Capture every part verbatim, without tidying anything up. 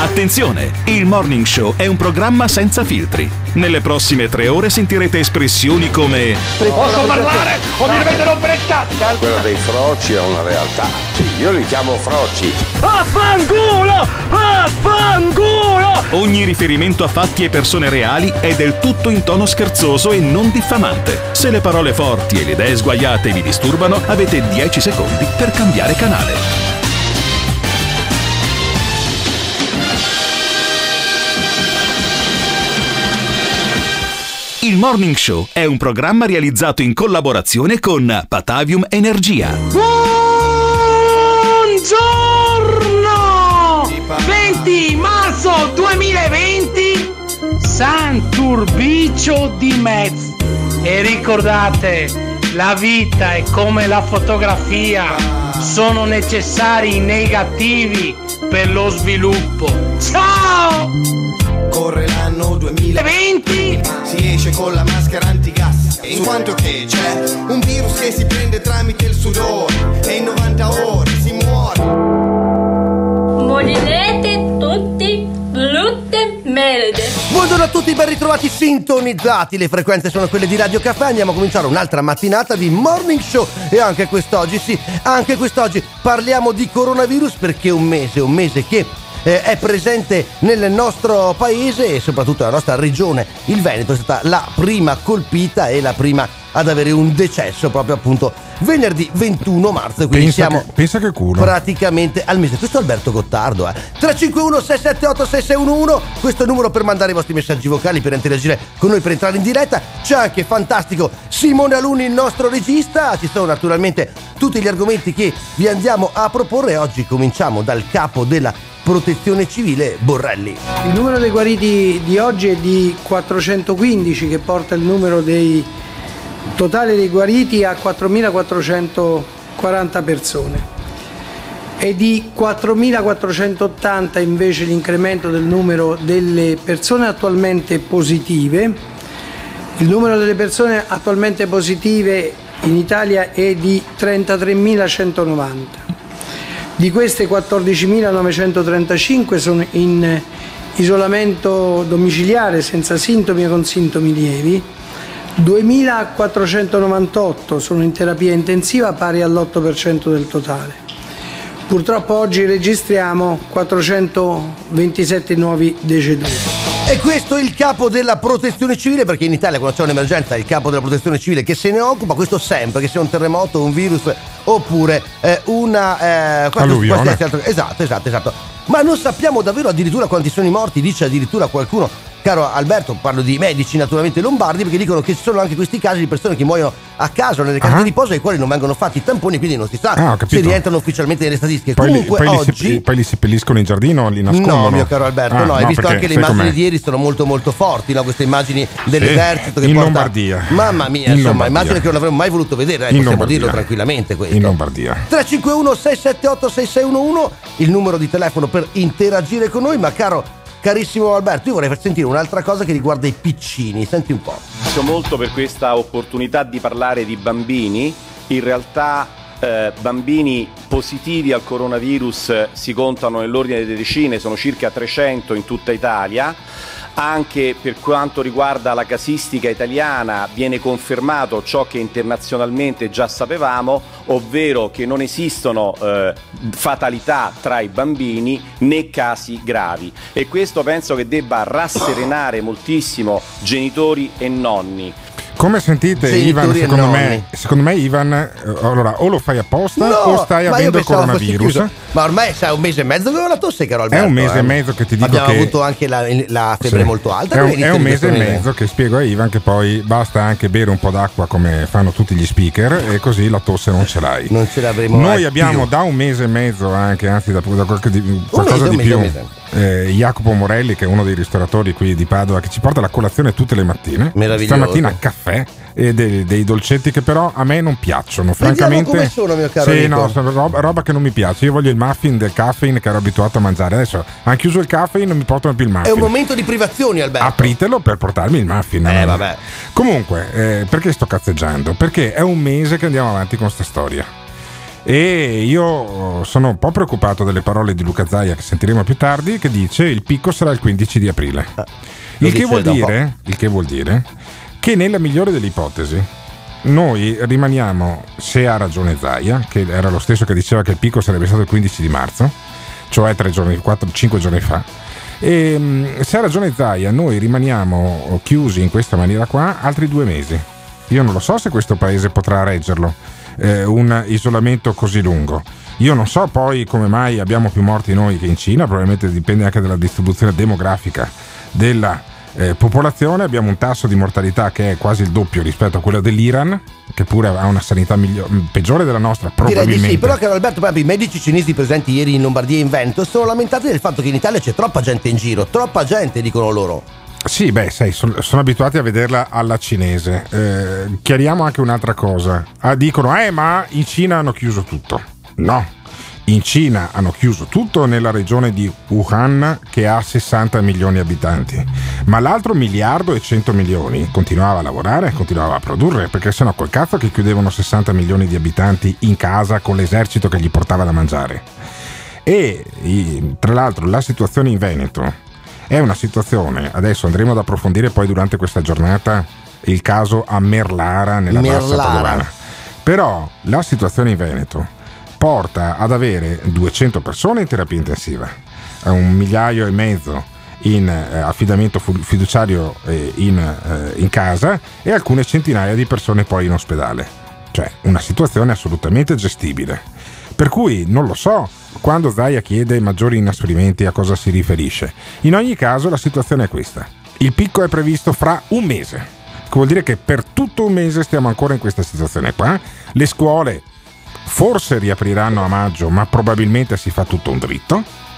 Attenzione! Il Morning Show è un programma senza filtri. Nelle prossime tre ore sentirete espressioni come: posso parlare o mi dovete rompere il cazzo? Quello dei froci è una realtà. Sì, io li chiamo froci. Affanculo! Affanculo! Ogni riferimento a fatti e persone reali è del tutto in tono scherzoso e non diffamante. Se le parole forti e le idee sguaiate vi disturbano, avete dieci secondi per cambiare canale. Il Morning Show è un programma realizzato in collaborazione con Patavium Energia. Buongiorno! venti marzo duemilaventi, San Turbiccio di Metz. E ricordate, la vita è come la fotografia, sono necessari i negativi per lo sviluppo. Ciao! Corre l'anno duemilaventi, si esce con la maschera antigas, in quanto che c'è un virus che si prende tramite il sudore e in novanta ore si muore. Morirete tutti brutte merde. Buongiorno a tutti, ben ritrovati sintonizzati. Le frequenze sono quelle di Radio Caffè. Andiamo a cominciare un'altra mattinata di Morning Show. E anche quest'oggi, sì, anche quest'oggi parliamo di coronavirus, perché è un mese, un mese che Eh, è presente nel nostro paese e soprattutto nella nostra regione. Il Veneto è stata la prima colpita e la prima ad avere un decesso proprio appunto venerdì ventuno marzo, quindi pensa siamo che, pensa che culo. praticamente al mese. Questo è Alberto Gottardo, eh. tre cinque uno sei sette otto sei sei uno uno, questo è il numero per mandare i vostri messaggi vocali, per interagire con noi, per entrare in diretta. C'è anche fantastico Simone Aluni, il nostro regista. Ci sono naturalmente tutti gli argomenti che vi andiamo a proporre. Oggi cominciamo dal capo della Protezione Civile, Borrelli. Il numero dei guariti di oggi è di quattrocentoquindici, che porta il numero dei totale dei guariti a quattromilaquattrocentoquaranta persone. E di quattromilaquattrocentottanta invece l'incremento del numero delle persone attualmente positive. Il numero delle persone attualmente positive in Italia è di trentatremilacentonovanta. Di queste quattordicimilanovecentotrentacinque sono in isolamento domiciliare senza sintomi o con sintomi lievi, duemilaquattrocentonovantotto sono in terapia intensiva, pari all'otto per cento del totale. Purtroppo oggi registriamo quattrocentoventisette nuovi deceduti. E questo è il capo della Protezione Civile, perché in Italia quando c'è un'emergenza è il capo della Protezione Civile che se ne occupa. Questo sempre, che sia un terremoto, un virus oppure eh, una eh, alluvione. Altro... Esatto, esatto, esatto. Ma non sappiamo davvero addirittura quanti sono i morti. Dice addirittura qualcuno, caro Alberto, parlo di medici naturalmente lombardi, perché dicono che ci sono anche questi casi di persone che muoiono a caso nelle case ah. di riposo ai quali non vengono fatti i tamponi, quindi non si sa ah, se rientrano ufficialmente nelle statistiche. Poi Comunque li, poi oggi li, poi li seppelliscono in giardino, li nascondono. No, mio caro Alberto, ah, no, hai no, visto anche le immagini di ieri, sono molto molto forti, no? Queste immagini dell'esercito sì, che in porta... Lombardia. Mamma mia, in insomma, Lombardia. immagine che non avremmo mai voluto vedere, eh, possiamo Lombardia. dirlo tranquillamente questo. In Lombardia. tre cinque uno sei sette otto sei sei uno uno, il numero di telefono per interagire con noi. Ma caro carissimo Alberto, io vorrei far sentire un'altra cosa che riguarda i piccini. Senti un po'. Ringrazio molto per questa opportunità di parlare di bambini. In realtà eh, bambini positivi al coronavirus eh, si contano nell'ordine delle decine, sono circa trecento in tutta Italia. Anche per quanto riguarda la casistica italiana viene confermato ciò che internazionalmente già sapevamo, ovvero che non esistono eh, fatalità tra i bambini né casi gravi, e questo penso che debba rasserenare moltissimo genitori e nonni. Come sentite, Genitori Ivan, secondo me, secondo me Ivan, eh, allora o lo fai apposta no, o stai avendo il coronavirus. Ma ormai sai, un mese e mezzo che ho la tosse, caro Alberto. È un mese eh. e mezzo che ti dico Abbiamo che avuto anche la, la febbre sì. molto alta. È un, è un mese e mezzo che spiego a Ivan che poi basta anche bere un po' d'acqua come fanno tutti gli speaker e così la tosse non ce l'hai. Non ce l'avremo Noi mai abbiamo più. Da un mese e mezzo anche, anzi da, da qualche di, qualcosa mese, di più. mese, Eh, Jacopo Morelli, che è uno dei ristoratori qui di Padova, che ci porta la colazione tutte le mattine. Meraviglioso. Stamattina caffè e dei, dei dolcetti che però a me non piacciono, francamente. Vediamo come sono, mio caro sì, amico. no, sono roba, roba che non mi piace. Io voglio il muffin del caffeine che ero abituato a mangiare. Adesso hanno chiuso il caffeine, non mi portano più il muffin. È un momento di privazioni, Alberto. Apritelo per portarmi il muffin. Eh, no? vabbè. Comunque, eh, perché sto cazzeggiando? Perché è un mese che andiamo avanti con sta storia. E io sono un po' preoccupato delle parole di Luca Zaia, che sentiremo più tardi, che dice il picco sarà il quindici di aprile. Il che, vuol dire, il che vuol dire che nella migliore delle ipotesi noi rimaniamo, se ha ragione Zaia, che era lo stesso che diceva che il picco sarebbe stato il quindici di marzo, cioè tre giorni, quattro, cinque giorni fa, e se ha ragione Zaia noi rimaniamo chiusi in questa maniera qua altri due mesi. Io non lo so se questo paese potrà reggerlo, eh, un isolamento così lungo. Io non so poi come mai abbiamo più morti noi che in Cina, probabilmente dipende anche dalla distribuzione demografica della Eh, popolazione. Abbiamo un tasso di mortalità che è quasi il doppio rispetto a quello dell'Iran, che pure ha una sanità migliore, peggiore della nostra probabilmente. Direi di sì, però Carlo Alberto, proprio i medici cinesi presenti ieri in Lombardia e in Veneto sono lamentati del fatto che in Italia c'è troppa gente in giro, troppa gente, dicono loro. Sì, beh, sai, sono, sono abituati a vederla alla cinese. Eh, chiariamo anche un'altra cosa. Ah, dicono, eh, ma in Cina hanno chiuso tutto. No. In Cina hanno chiuso tutto nella regione di Wuhan, che ha sessanta milioni di abitanti, ma l'altro miliardo e cento milioni continuava a lavorare, continuava a produrre, perché sennò col cazzo che chiudevano sessanta milioni di abitanti in casa con l'esercito che gli portava da mangiare. E tra l'altro la situazione in Veneto è una situazione, adesso andremo ad approfondire poi durante questa giornata il caso a Merlara nella Bassa Padovana, però la situazione in Veneto porta ad avere duecento persone in terapia intensiva, un migliaio e mezzo in eh, affidamento fiduciario eh, in, eh, in casa e alcune centinaia di persone poi in ospedale. Cioè una situazione assolutamente gestibile. Per cui non lo so quando Zaia chiede maggiori inasprimenti a cosa si riferisce. In ogni caso la situazione è questa. Il picco è previsto fra un mese, che vuol dire che per tutto un mese stiamo ancora in questa situazione qua. Le scuole forse riapriranno a maggio, ma probabilmente si fa tutto un dritto,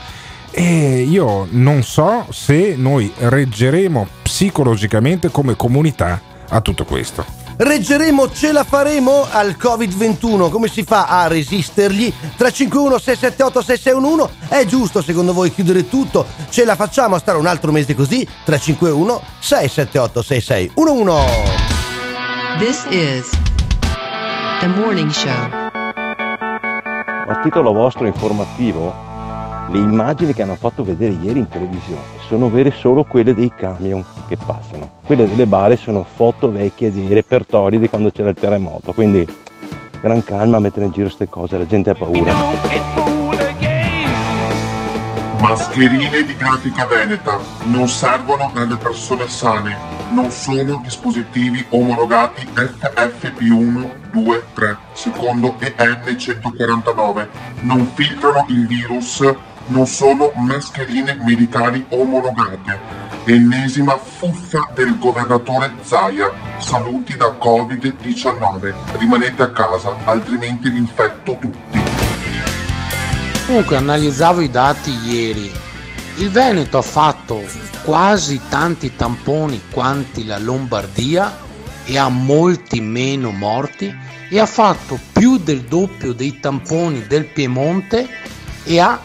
e io non so se noi reggeremo psicologicamente come comunità a tutto questo. Reggeremo, ce la faremo al covid ventuno? Come si fa a resistergli? tre cinque uno sei sette otto sei sei uno uno. È giusto secondo voi chiudere tutto? Ce la facciamo a stare un altro mese così? tre cinque uno sei sette otto sei sei uno uno. This is The Morning Show. A titolo vostro informativo, le immagini che hanno fatto vedere ieri in televisione sono vere solo quelle dei camion che passano. Quelle delle bare sono foto vecchie di repertori di quando c'era il terremoto, quindi gran calma a mettere in giro queste cose, la gente ha paura. Mascherine di Grafica Veneta non servono alle persone sane, non sono dispositivi omologati F F P uno, due, tre, secondo E N centoquarantanove, non filtrano il virus, non sono mascherine medicali omologate. Ennesima fuffa del governatore Zaia, saluti da covid diciannove, rimanete a casa altrimenti vi infetto tutti. Comunque analizzavo i dati ieri, il Veneto ha fatto quasi tanti tamponi quanti la Lombardia e ha molti meno morti, e ha fatto più del doppio dei tamponi del Piemonte e ha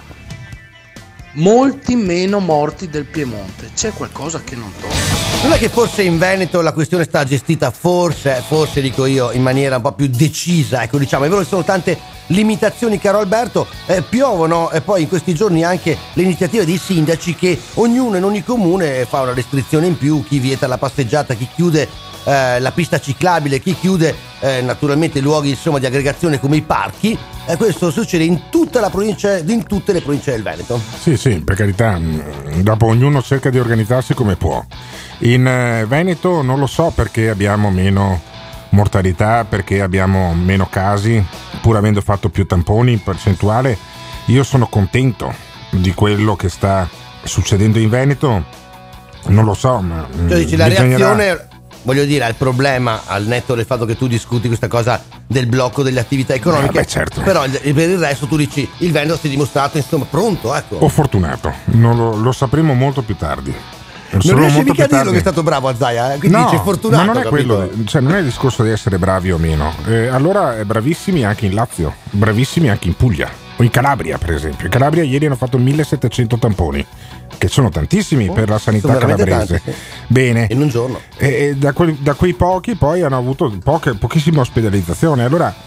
molti meno morti del Piemonte. C'è qualcosa che non torna. Non è che forse in Veneto la questione sta gestita, forse, forse dico io, in maniera un po' più decisa, ecco, diciamo, è vero che sono tante limitazioni, caro Alberto, eh, piovono e poi in questi giorni anche le iniziative dei sindaci che ognuno in ogni comune fa una restrizione in più, chi vieta la passeggiata, chi chiude eh, la pista ciclabile, chi chiude eh, naturalmente luoghi insomma di aggregazione come i parchi. E questo succede in tutta la provincia, in tutte le province del Veneto. Sì, sì, per carità, dopo ognuno cerca di organizzarsi come può. In eh, Veneto non lo so perché abbiamo meno mortalità, perché abbiamo meno casi, pur avendo fatto più tamponi in percentuale. Io sono contento di quello che sta succedendo in Veneto, non lo so, ma cioè dici la bisognerà... reazione, voglio dire, al problema, al netto del fatto che tu discuti questa cosa del blocco delle attività economiche, eh beh, certo. Però per il resto tu dici il Veneto si è dimostrato insomma pronto, ecco. O fortunato, non lo, lo sapremo molto più tardi. Non riesce mica a dirlo che è stato bravo a Zaia, eh? Quindi no, dice fortunato. Ma non è capito? quello, cioè non è il discorso di essere bravi o meno. Eh, allora eh, bravissimi anche in Lazio, bravissimi anche in Puglia o in Calabria, per esempio. In Calabria ieri hanno fatto millesettecento tamponi, che sono tantissimi oh, per la sanità calabrese. Tanti. Bene. In un giorno. E da, que- da quei pochi poi hanno avuto poche, pochissima ospedalizzazione. Allora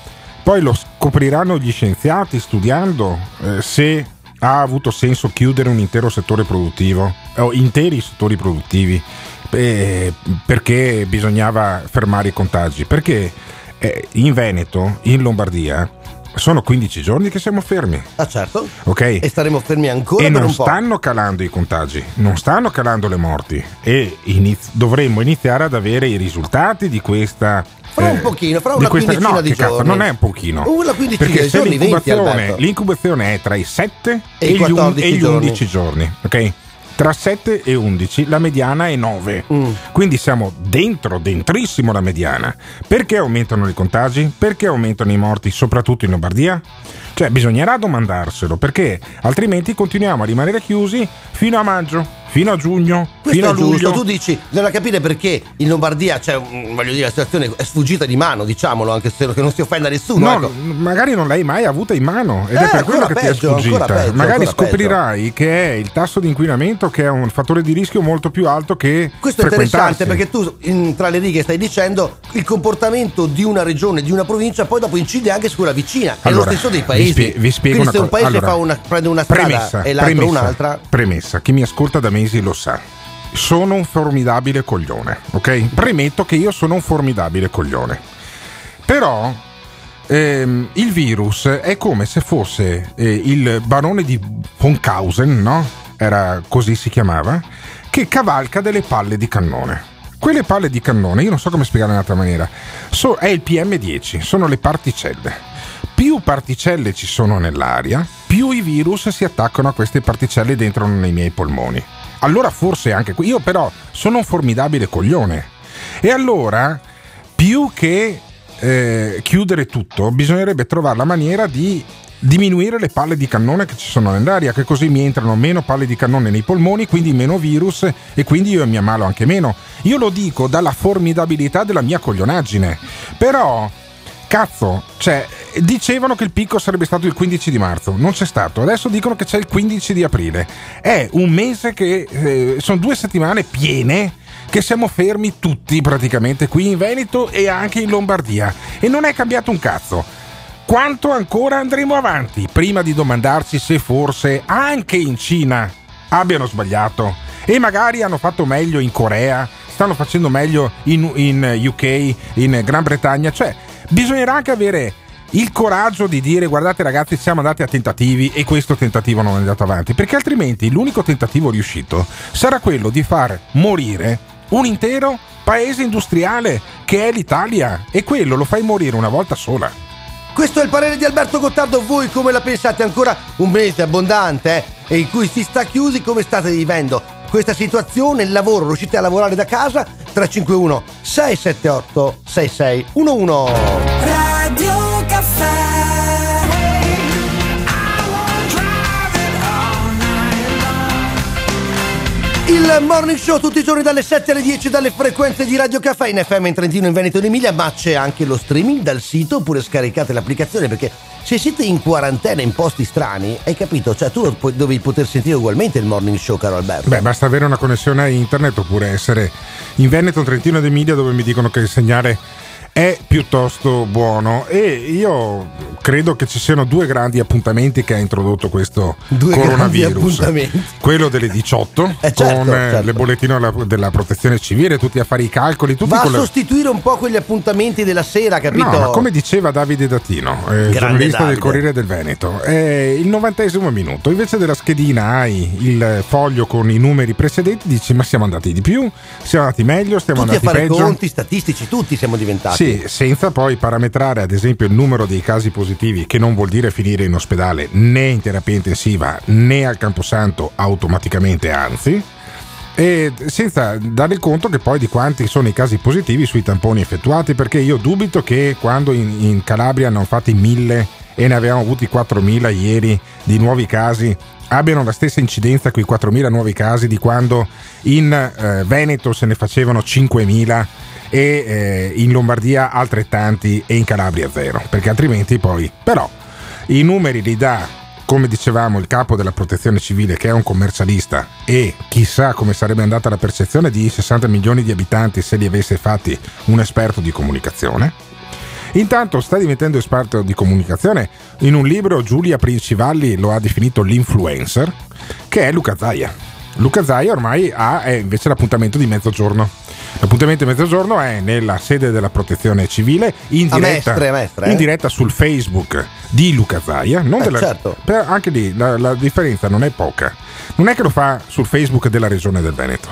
poi lo scopriranno gli scienziati studiando eh, se ha avuto senso chiudere un intero settore produttivo o interi settori produttivi eh, perché bisognava fermare i contagi, perché eh, in Veneto, in Lombardia sono quinici giorni che siamo fermi. Ah certo. Ok. E staremo fermi ancora e per non un po'. stanno calando i contagi, non stanno calando le morti e iniz- dovremmo iniziare ad avere i risultati di questa Fra un eh, pochino, fra di una questa, quindicina no, di che giorni. cazzo, non è un pochino. Una quindicina perché di se giorni, venti, l'incubazione, Alberto. l'incubazione è tra i sette E e, i gli, un- quattordici e gli giorni. undici giorni, ok? Tra sette e undici la mediana è nove, Mm. quindi siamo dentro, dentrissimo la mediana. Perché aumentano i contagi? Perché aumentano i morti, soprattutto in Lombardia? Cioè bisognerà domandarselo, perché altrimenti continuiamo a rimanere chiusi fino a maggio, fino a giugno, Questo fino è a luglio. giusto, tu dici, bisogna capire perché in Lombardia c'è, un- voglio dire, la situazione è sfuggita di mano, diciamolo, anche se che non si offenda nessuno. No, ecco. magari non l'hai mai avuta in mano ed Eh, è per quello ancora che peggio, ti è sfuggita. ancora peggio, magari ancora scoprirai che è il tasso di inquinamento che è un fattore di rischio molto più alto che Questo è frequentarsi. interessante perché tu in- tra le righe stai dicendo il comportamento di una regione, di una provincia, poi dopo incide anche su quella vicina. È Allora, lo stesso dei vi paesi. spie- vi spiego Quindi una se un cosa. paese Allora, fa una, prende una strada premessa, e l'altro premessa, un'altra. Premessa, chi mi ascolta da mesi lo sa. Sono un formidabile coglione, ok? Premetto che io sono un formidabile coglione. Però ehm, il virus è come se fosse eh, il barone di Bonkhausen, no? Era così si chiamava, che cavalca delle palle di cannone. Quelle palle di cannone, io non so come spiegare in un'altra maniera, so, è il P M dieci, sono le particelle. Più particelle ci sono nell'aria, più i virus si attaccano a queste particelle dentro nei miei polmoni. Allora forse anche qui, io però sono un formidabile coglione. E allora, più che eh, chiudere tutto, bisognerebbe trovare la maniera di diminuire le palle di cannone che ci sono nell'aria, che così mi entrano meno palle di cannone nei polmoni, quindi meno virus e quindi io mi ammalo anche meno. Io lo dico dalla formidabilità della mia coglionaggine. Però cazzo, cioè, dicevano che il picco sarebbe stato il quindici di marzo, non c'è stato, adesso dicono che c'è il quindici di aprile. È un mese che eh, sono due settimane piene che siamo fermi tutti praticamente qui in Veneto e anche in Lombardia e non è cambiato un cazzo. Quanto ancora andremo avanti prima di domandarci se forse anche in Cina abbiano sbagliato e magari hanno fatto meglio in Corea, stanno facendo meglio in, in U K, in Gran Bretagna? Cioè bisognerà anche avere il coraggio di dire guardate ragazzi, siamo andati a tentativi e questo tentativo non è andato avanti, perché altrimenti l'unico tentativo riuscito sarà quello di far morire un intero paese industriale che è l'Italia, e quello lo fai morire una volta sola. Questo è il parere di Alberto Gottardo, voi come la pensate? Ancora un mese abbondante eh? E in cui si sta chiusi, come state vivendo questa situazione, il lavoro, riuscite a lavorare da casa? tre cinque uno sei sette otto sei sei uno uno. Radio Caffè. Il Morning Show tutti i giorni dalle sette alle dieci dalle frequenze di Radio Caffè in F M in Trentino, in Veneto e in Emilia, ma c'è anche lo streaming dal sito, oppure scaricate l'applicazione, perché se siete in quarantena in posti strani, hai capito? Cioè tu devi poter sentire ugualmente il Morning Show, caro Alberto. Beh, basta avere una connessione a internet oppure essere in Veneto, Trentino ed Emilia, dove mi dicono che il segnale è piuttosto buono, e io credo che ci siano due grandi appuntamenti che ha introdotto questo due coronavirus, quello delle diciotto eh certo, con certo. le bollettine della, della protezione civile, tutti a fare i calcoli, tutti va con a le... sostituire un po' quegli appuntamenti della sera, capito? No, ma come diceva Davide Datino, eh, giornalista Davide. del Corriere del Veneto, è il novantesimo minuto, invece della schedina hai il foglio con i numeri precedenti, dici ma siamo andati di più, siamo andati meglio, stiamo tutti a andati fare peggio. conti statistici, tutti siamo diventati. Sì, senza poi parametrare ad esempio il numero dei casi positivi, che non vuol dire finire in ospedale né in terapia intensiva né al Camposanto automaticamente, anzi, e senza dare conto che poi di quanti sono i casi positivi sui tamponi effettuati, perché io dubito che quando in, in Calabria hanno fatti mille e ne avevamo avuti quattromila ieri di nuovi casi, abbiano la stessa incidenza quei quattromila nuovi casi di quando in eh, Veneto se ne facevano cinquemila e eh, in Lombardia altrettanti e in Calabria zero, perché altrimenti poi però i numeri li dà, come dicevamo, il capo della protezione civile, che è un commercialista, e chissà come sarebbe andata la percezione di sessanta milioni di abitanti se li avesse fatti un esperto di comunicazione. Intanto sta diventando esperto di comunicazione. In un libro Giulia Princivalli lo ha definito l'influencer, che è Luca Zaia. Luca Zaia ormai ha è invece l'appuntamento di mezzogiorno. L'appuntamento di mezzogiorno è nella sede della Protezione Civile, in diretta, Mestre, Mestre, eh? in diretta sul Facebook di Luca Zaia. Non eh, della, certo. per, anche lì la, la differenza non è poca. Non è che lo fa sul Facebook della Regione del Veneto.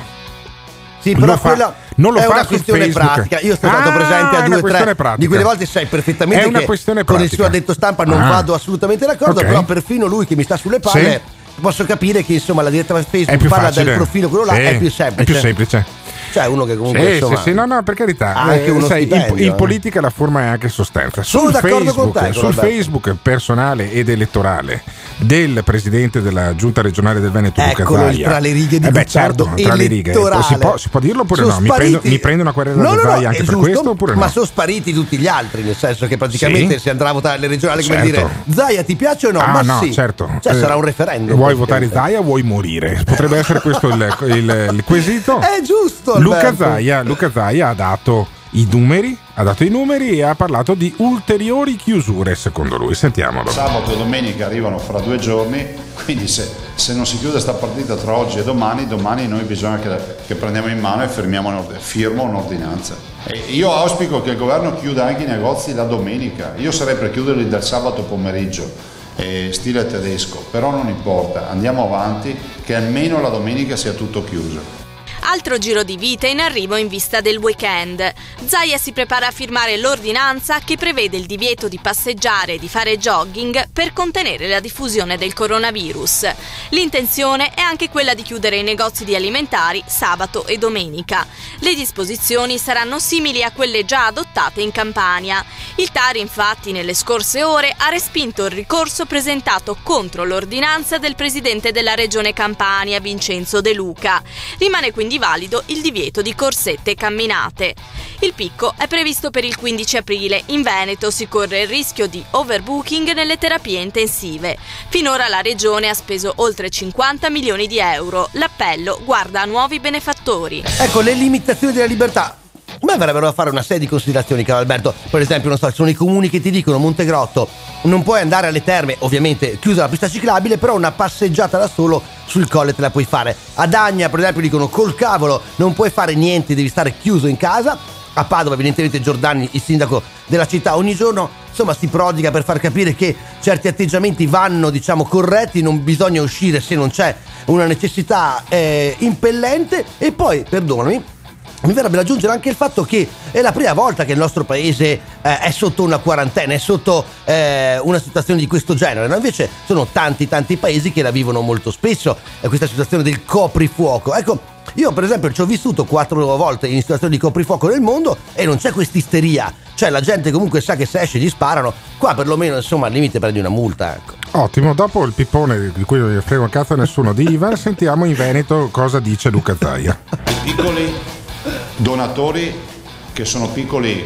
Sì, però lo fa, quella non lo è fa una sul questione Facebook. pratica. Io sono stato Ah, presente a è una due o questione tre pratica. di quelle volte, sai perfettamente È una che questione con il pratica. suo addetto stampa non Ah. vado assolutamente d'accordo, Ok. però perfino lui che mi sta sulle palle posso capire che insomma la diretta È Facebook più parla facile. del profilo quello là, Sì, è più semplice. È più semplice. Cioè uno che comunque Sì, insomma sì, sì, no, no, per carità. ha anche Eh, uno sai, in, stipendio, in eh. politica la forma è anche sostanza. Sono Sul d'accordo Facebook, con te, sul Roberto. Facebook personale ed elettorale del presidente della Giunta regionale del Veneto, Luca Eccolo il Zaia. tra le righe di eh beh, Gottardo, certo, tra le righe. elettorale. Si può, si può dirlo oppure Sono no? Mi prendo, spariti- mi prendo una querela No, da no, no, Zaia è anche per giusto, questo oppure ma no? sono spariti tutti gli altri, nel senso che praticamente Sì? si andrà a votare alle regionali come Certo. dire Zaia ti piace o no? Ah, ma no, sì, certo. cioè Eh, sarà un referendum. Vuoi praticamente. votare Zaia o vuoi morire? Potrebbe essere questo il, il- il quesito. È giusto, Luca Alberto. Zaia, Luca Zaia ha dato i numeri, ha dato i numeri e ha parlato di ulteriori chiusure secondo lui. Sentiamolo. Sabato e domenica arrivano fra due giorni, quindi se, se non si chiude sta partita tra oggi e domani, domani noi bisogna che, che prendiamo in mano e firmiamo un'ord- firmo un'ordinanza. E io auspico che il governo chiuda anche i negozi la domenica, io sarei per chiuderli dal sabato pomeriggio, eh, stile tedesco, però non importa, andiamo avanti, che almeno la domenica sia tutto chiuso. Altro giro di vite in arrivo in vista del weekend. Zaia si prepara a firmare l'ordinanza che prevede il divieto di passeggiare e di fare jogging per contenere la diffusione del coronavirus. L'intenzione è anche quella di chiudere i negozi di alimentari sabato e domenica. Le disposizioni saranno simili a quelle già adottate in Campania. Il T A R infatti nelle scorse ore ha respinto il ricorso presentato contro l'ordinanza del presidente della regione Campania, Vincenzo De Luca. Rimane quindi valido il divieto di corsette e camminate. Il picco è previsto per il quindici aprile. In Veneto si corre il rischio di overbooking nelle terapie intensive. Finora la regione ha speso oltre cinquanta milioni di euro. L'appello guarda a nuovi benefattori. Ecco, le limitazioni della libertà. Beh, verrebbero a fare una serie di considerazioni, caro Alberto. Per esempio, non so, ci sono i comuni che ti dicono Montegrotto non puoi andare alle terme, ovviamente chiusa la pista ciclabile, però una passeggiata da solo sul colle te la puoi fare. Ad Agna, per esempio, dicono col cavolo non puoi fare niente, devi stare chiuso in casa. A Padova, evidentemente, Giordani, il sindaco della città, ogni giorno insomma si prodiga per far capire che certi atteggiamenti vanno, diciamo, corretti, non bisogna uscire se non c'è una necessità eh, impellente. E poi, perdonami, mi verrebbe da aggiungere anche il fatto che è la prima volta che il nostro paese eh, è sotto una quarantena, è sotto eh, una situazione di questo genere, no? Invece sono tanti tanti paesi che la vivono molto spesso, eh, questa situazione del coprifuoco. Ecco, io per esempio ci ho vissuto quattro volte in situazioni di coprifuoco nel mondo e non c'è questa isteria, cioè la gente comunque sa che se esce gli sparano, qua perlomeno insomma al limite prendi una multa, ecco. Ottimo, dopo il pippone di cui non gli frega un cazzo a nessuno di Ivan, sentiamo in Veneto cosa dice Luca Zaia. Piccoli donatori che sono piccoli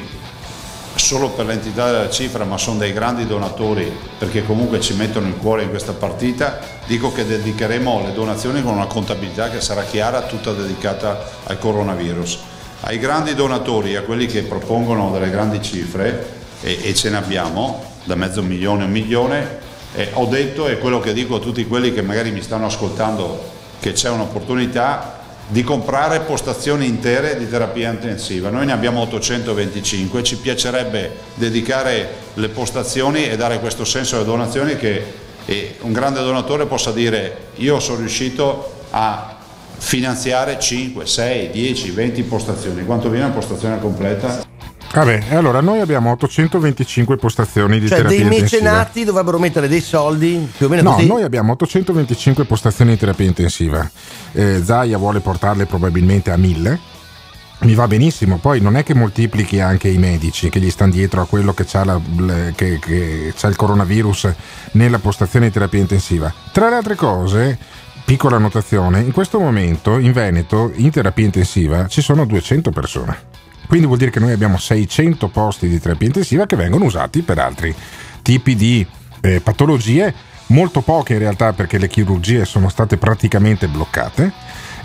solo per l'entità della cifra, ma sono dei grandi donatori perché comunque ci mettono il cuore in questa partita. Dico che dedicheremo le donazioni con una contabilità che sarà chiara, tutta dedicata al coronavirus. Ai grandi donatori, a quelli che propongono delle grandi cifre, e, e ce ne abbiamo, da mezzo milione a un milione, eh, ho detto, e quello che dico a tutti quelli che magari mi stanno ascoltando, che c'è un'opportunità di comprare postazioni intere di terapia intensiva. Noi ne abbiamo ottocentoventicinque, ci piacerebbe dedicare le postazioni e dare questo senso alle donazioni, che eh, un grande donatore possa dire io sono riuscito a finanziare cinque, sei, dieci, venti postazioni. Quanto viene una postazione completa? Vabbè, e allora noi abbiamo ottocentoventicinque postazioni di cioè terapia dei intensiva. mecenati dovrebbero mettere dei soldi più o meno No, così. noi abbiamo ottocentoventicinque postazioni di terapia intensiva. Eh, Zaia vuole portarle probabilmente a mille. Mi va benissimo, poi non è che moltiplichi anche i medici che gli stanno dietro a quello che c'ha, la, le, che, che c'ha il coronavirus nella postazione di terapia intensiva. Tra le altre cose, piccola annotazione, in questo momento in Veneto in terapia intensiva ci sono duecento persone. Quindi vuol dire che noi abbiamo seicento posti di terapia intensiva che vengono usati per altri tipi di eh, patologie, molto poche in realtà perché le chirurgie sono state praticamente bloccate,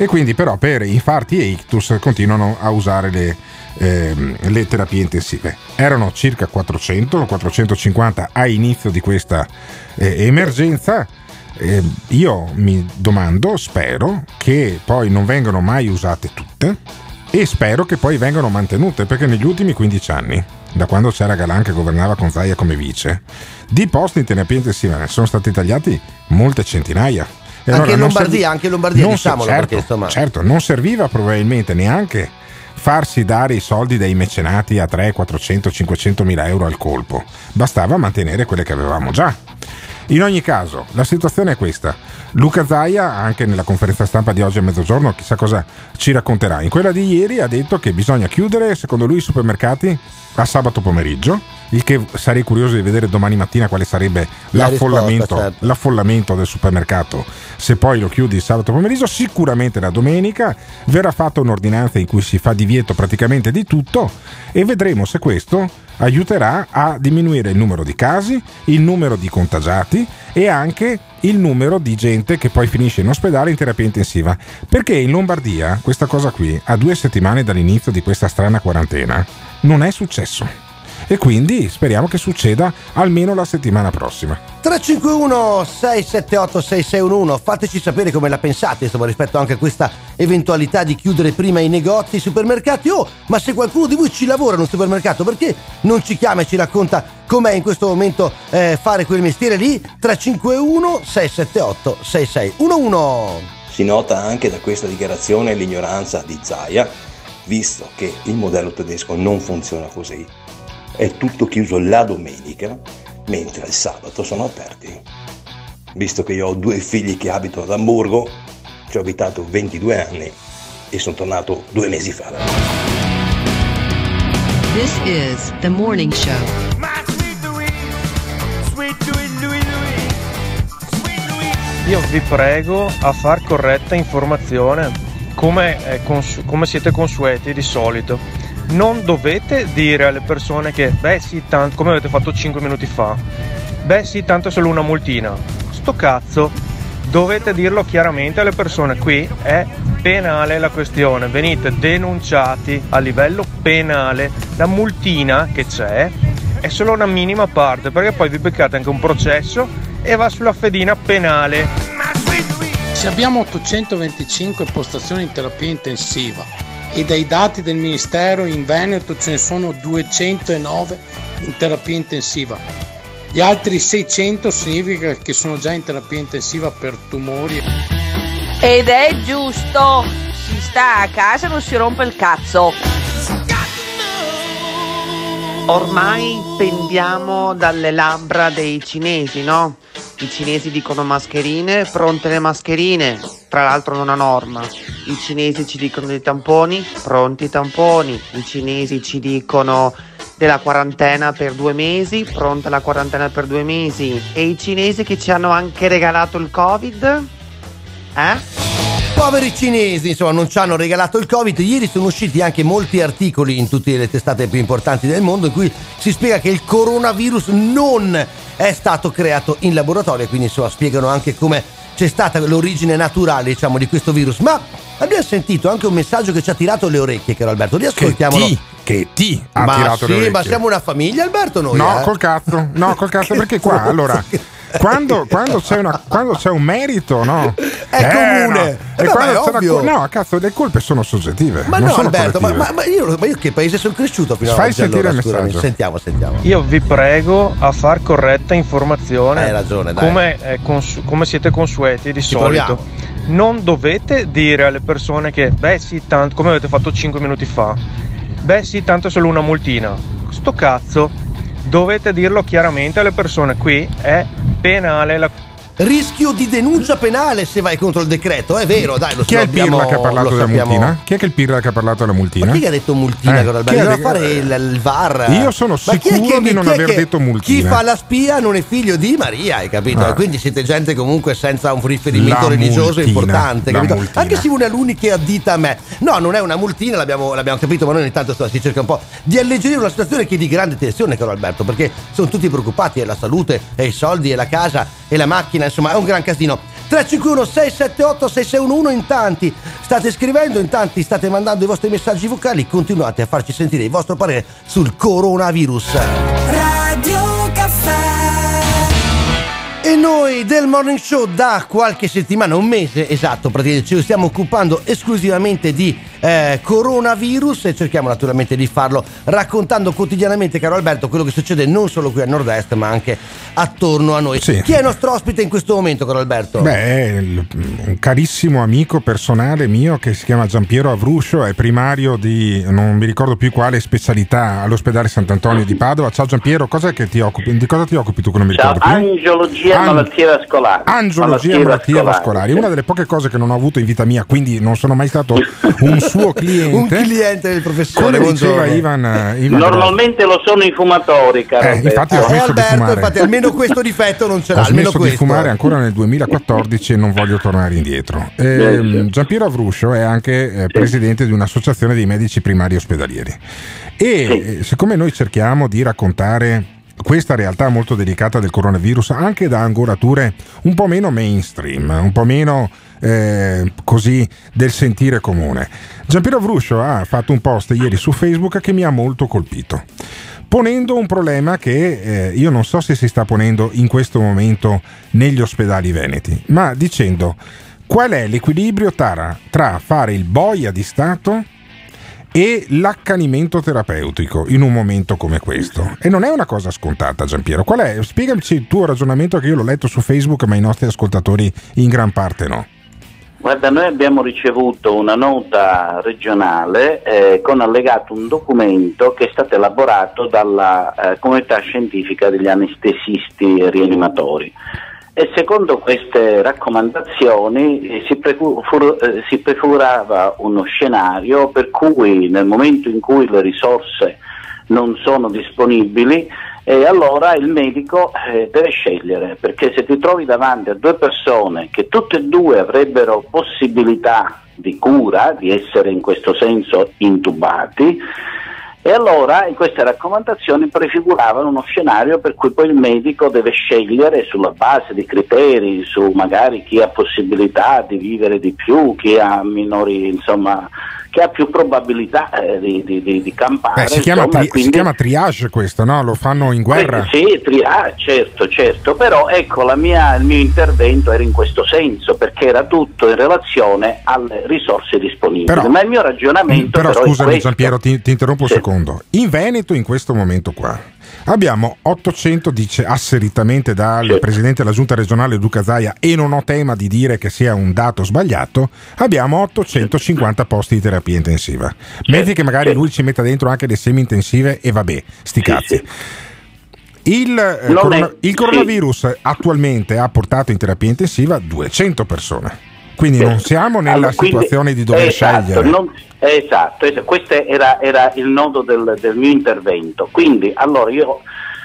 e quindi però per infarti e ictus continuano a usare le, eh, le terapie intensive. Erano circa quattrocento quattrocentocinquanta a inizio di questa eh, emergenza. Eh, io mi domando, spero che poi non vengano mai usate tutte e spero che poi vengano mantenute, perché negli ultimi quindici anni, da quando c'era Galan che governava con Zaia come vice, di posti in terapia intensiva ne sono stati tagliati molte centinaia. E anche allora in Lombardia, servi- anche in Lombardia, non diciamolo, certo, perché insomma... certo, non serviva probabilmente neanche farsi dare i soldi dai mecenati a trecento, quattrocento, cinquecento mila euro al colpo, bastava mantenere quelle che avevamo già. In ogni caso, la situazione è questa. Luca Zaia, anche nella conferenza stampa di oggi a mezzogiorno, chissà cosa ci racconterà. In quella di ieri ha detto che bisogna chiudere, secondo lui, i supermercati a sabato pomeriggio, il che sarei curioso di vedere domani mattina quale sarebbe La l'affollamento, risposta, certo. l'affollamento del supermercato se poi lo chiudi il sabato pomeriggio. Sicuramente la domenica verrà fatta un'ordinanza in cui si fa divieto praticamente di tutto e vedremo se questo aiuterà a diminuire il numero di casi, il numero di contagiati e anche il numero di gente che poi finisce in ospedale in terapia intensiva, perché in Lombardia questa cosa qui a due settimane dall'inizio di questa strana quarantena non è successo e quindi speriamo che succeda almeno la settimana prossima. tre cinque uno sei sette otto sei sei uno uno, fateci sapere come la pensate, insomma, rispetto anche a questa eventualità di chiudere prima i negozi, i supermercati. Oh, ma se qualcuno di voi ci lavora in un supermercato, perché non ci chiama e ci racconta com'è in questo momento eh, fare quel mestiere lì? tre cinque uno sei sette otto sei sei uno uno. Si nota anche da questa dichiarazione l'ignoranza di Zaia, visto che il modello tedesco non funziona così. È tutto chiuso la domenica, mentre il sabato sono aperti. Visto che io ho due figli che abitano ad Amburgo, ci ho abitato ventidue anni e sono tornato due mesi fa. This is The Morning Show. Io vi prego a far corretta informazione, come, è cons- come siete consueti di solito. Non dovete dire alle persone che, beh sì, tanto, come avete fatto cinque minuti fa, beh sì, tanto è solo una multina. Sto cazzo, dovete dirlo chiaramente alle persone. Qui è penale la questione, venite denunciati a livello penale. La multina che c'è è solo una minima parte, perché poi vi beccate anche un processo e va sulla fedina penale. Se abbiamo ottocentoventicinque postazioni in terapia intensiva e dai dati del Ministero in Veneto ce ne sono duecentonove in terapia intensiva, gli altri seicento significa che sono già in terapia intensiva per tumori. Ed è giusto, si sta a casa e non si rompe il cazzo. Ormai pendiamo dalle labbra dei cinesi, no? I cinesi dicono mascherine, pronte le mascherine, tra l'altro non a norma. I cinesi ci dicono dei tamponi, pronti i tamponi. I cinesi ci dicono della quarantena per due mesi, pronta la quarantena per due mesi. E i cinesi che ci hanno anche regalato il Covid? Eh? Poveri cinesi, insomma, non ci hanno regalato il Covid. Ieri sono usciti anche molti articoli in tutte le testate più importanti del mondo in cui si spiega che il coronavirus non è stato creato in laboratorio, quindi insomma spiegano anche come c'è stata l'origine naturale, diciamo, di questo virus. Ma abbiamo sentito anche un messaggio che ci ha tirato le orecchie, caro Alberto. Riascoltiamolo. Che ti, che ti ha ma tirato sì, le orecchie. Ma siamo una famiglia, Alberto, noi? No, eh? col cazzo, no, col cazzo, perché qua, allora, quando, quando, c'è una, quando c'è un merito, no? È eh, comune. No. Eh, E beh, quando è c'è la ovvio. col- no, cazzo, le colpe sono soggettive. Ma non no, sono Alberto, ma, collettive. ma, ma, io, ma io che paese sono cresciuto fino Fai ad oggi, sentire allora, il scusami. messaggio. Sentiamo, sentiamo. Io vi prego a far corretta informazione. Hai ragione, dai. come, è cons- come siete consueti di Ci solito. proviamo. Non dovete dire alle persone che, beh sì, tanto, come avete fatto cinque minuti fa, beh sì, tanto è solo una multina. Sto cazzo, dovete dirlo chiaramente alle persone. Qui è penale la Rischio di denuncia penale se vai contro il decreto, è vero, dai, lo Chi è il abbiamo- pirla che ha parlato lo della sappiamo. multina? Chi è che il pirla che ha parlato della multina? Ma chi è che ha detto multina, Eh, caro chi Alberto? ha Doveva de- fare il, il V A R. Io sono Ma chi è sicuro che- di non chi è aver che- detto multina. Chi fa la spia non è figlio di Maria, hai capito? Ah. Quindi siete gente comunque senza un riferimento La religioso multina, importante, la capito? multina. Anche Simone Aluni che addita a me. No, non è una multina, l'abbiamo, l'abbiamo capito, ma noi ogni tanto si cerca un po' di alleggerire una situazione che è di grande tensione, caro Alberto, perché sono tutti preoccupati, è la salute, è i soldi, è la casa, è la macchina, insomma è un gran casino. tre cinque uno sei sette otto sei sei uno uno in tanti state scrivendo, in tanti state mandando i vostri messaggi vocali, continuate a farci sentire il vostro parere sul coronavirus. Radio Caffè. E noi del Morning Show da qualche settimana, un mese esatto, praticamente ci stiamo occupando esclusivamente di eh, coronavirus e cerchiamo naturalmente di farlo raccontando quotidianamente, caro Alberto, quello che succede non solo qui a Nord-Est ma anche attorno a noi. Sì. Chi è il nostro ospite in questo momento, caro Alberto? Beh, un carissimo amico personale mio che si chiama Giampiero Avruscio, è primario di non mi ricordo più quale specialità all'ospedale Sant'Antonio di Padova. Ciao Giampiero, cosa che ti occupi? Di cosa ti occupi tu che non mi ricordo Ciao, più? Angiologia e malattie vascolari. Angiologia e malattie vascolari, una delle poche cose che non ho avuto in vita mia, quindi non sono mai stato un suo cliente. Un cliente del professore. Come diceva Ivan, Ivan normalmente lo sono i fumatori, caro eh, infatti ho eh, smesso Alberto, di fumare. Infatti almeno questo difetto non ce l'ha. Ho almeno smesso questo. di fumare ancora nel duemilaquattordici e non voglio tornare indietro. Eh, Giampiero Avruscio è anche eh, presidente di un'associazione dei medici primari ospedalieri e sì. siccome noi cerchiamo di raccontare questa realtà molto delicata del coronavirus anche da angolature un po' meno mainstream, un po' meno eh, così del sentire comune, Giampiero Avruscio ha fatto un post ieri su Facebook che mi ha molto colpito, ponendo un problema che eh, io non so se si sta ponendo in questo momento negli ospedali veneti, ma dicendo qual è l'equilibrio tra, tra fare il boia di Stato e l'accanimento terapeutico in un momento come questo. E non è una cosa scontata, Giampiero. Qual è? Spiegami il tuo ragionamento, che io l'ho letto su Facebook ma i nostri ascoltatori in gran parte no. Guarda, noi abbiamo ricevuto una nota regionale eh, con allegato un documento che è stato elaborato dalla eh, comunità scientifica degli anestesisti rianimatori. E secondo queste raccomandazioni eh, si, prefur- eh, si prefigurava uno scenario per cui nel momento in cui le risorse non sono disponibili, e allora il medico eh, deve scegliere, perché se ti trovi davanti a due persone che tutte e due avrebbero possibilità di cura, di essere in questo senso intubati, e allora in queste raccomandazioni prefiguravano uno scenario per cui poi il medico deve scegliere sulla base di criteri, su magari chi ha possibilità di vivere di più, chi ha minori, insomma, chi ha più probabilità eh, di, di, di, di campare. Beh, si, chiama insomma, tri- quindi... si chiama triage questo, no? Lo fanno in guerra? Sì, triage, certo, certo, però ecco la mia, il mio intervento era in questo senso, perché era tutto in relazione alle risorse disponibili, però, ma il mio ragionamento però, però scusami è questo. Giampiero, ti, ti interrompo sì. un secondo. In Veneto in questo momento qua abbiamo ottocento, dice asseritamente dal sì. presidente della giunta regionale Luca Zaia, e non ho tema di dire che sia un dato sbagliato, abbiamo ottocentocinquanta posti di terapia intensiva. Sì. Metti che magari sì. lui ci metta dentro anche le semi-intensive e vabbè, sti sì, cazzi. Sì. Il, eh, corona- è, il coronavirus sì. attualmente ha portato in terapia intensiva duecento persone. Quindi sì. non siamo nella allora, situazione quindi, di dover esatto, scegliere. Non, esatto, esatto, questo era, era il nodo del, del mio intervento. Quindi, allora io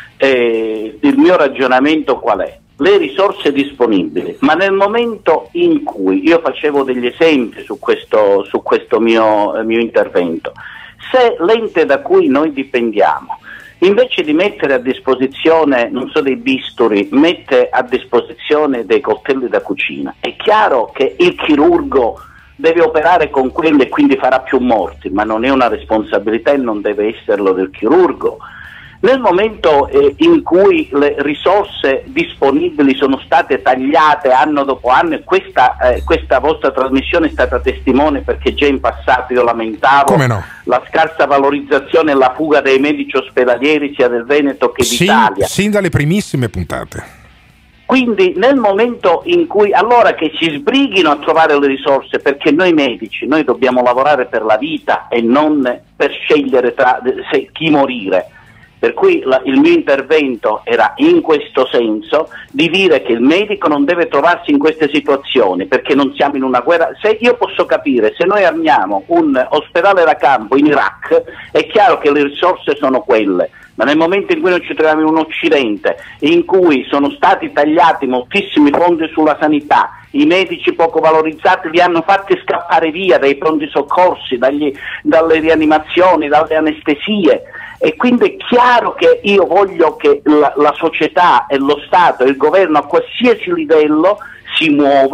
eh, il mio ragionamento qual è? Le risorse disponibili, ma nel momento in cui io facevo degli esempi su questo, su questo mio, eh, mio intervento, se l'ente da cui noi dipendiamo invece di mettere a disposizione, non so, dei bisturi, mette a disposizione dei coltelli da cucina, è chiaro che il chirurgo deve operare con quelli e quindi farà più morti, ma non è una responsabilità e non deve esserlo del chirurgo. Nel momento eh, in cui le risorse disponibili sono state tagliate anno dopo anno, e questa, eh, questa vostra trasmissione è stata testimone, perché già in passato io lamentavo no? la scarsa valorizzazione e la fuga dei medici ospedalieri sia del Veneto che sin, d'Italia. Sin dalle primissime puntate. Quindi nel momento in cui, allora che si sbrighino a trovare le risorse, perché noi medici, noi dobbiamo lavorare per la vita e non per scegliere tra se, chi morire. Per cui la, il mio intervento era in questo senso, di dire che il medico non deve trovarsi in queste situazioni, perché non siamo in una guerra. Se io posso capire, se noi armiamo un ospedale da campo in Iraq, è chiaro che le risorse sono quelle, ma nel momento in cui noi ci troviamo in un Occidente in cui sono stati tagliati moltissimi fondi sulla sanità, i medici poco valorizzati li hanno fatti scappare via dai pronti soccorsi, dagli, dalle rianimazioni, dalle anestesie, e quindi è chiaro che io voglio che la, la società e lo Stato e il governo a qualsiasi livello si muova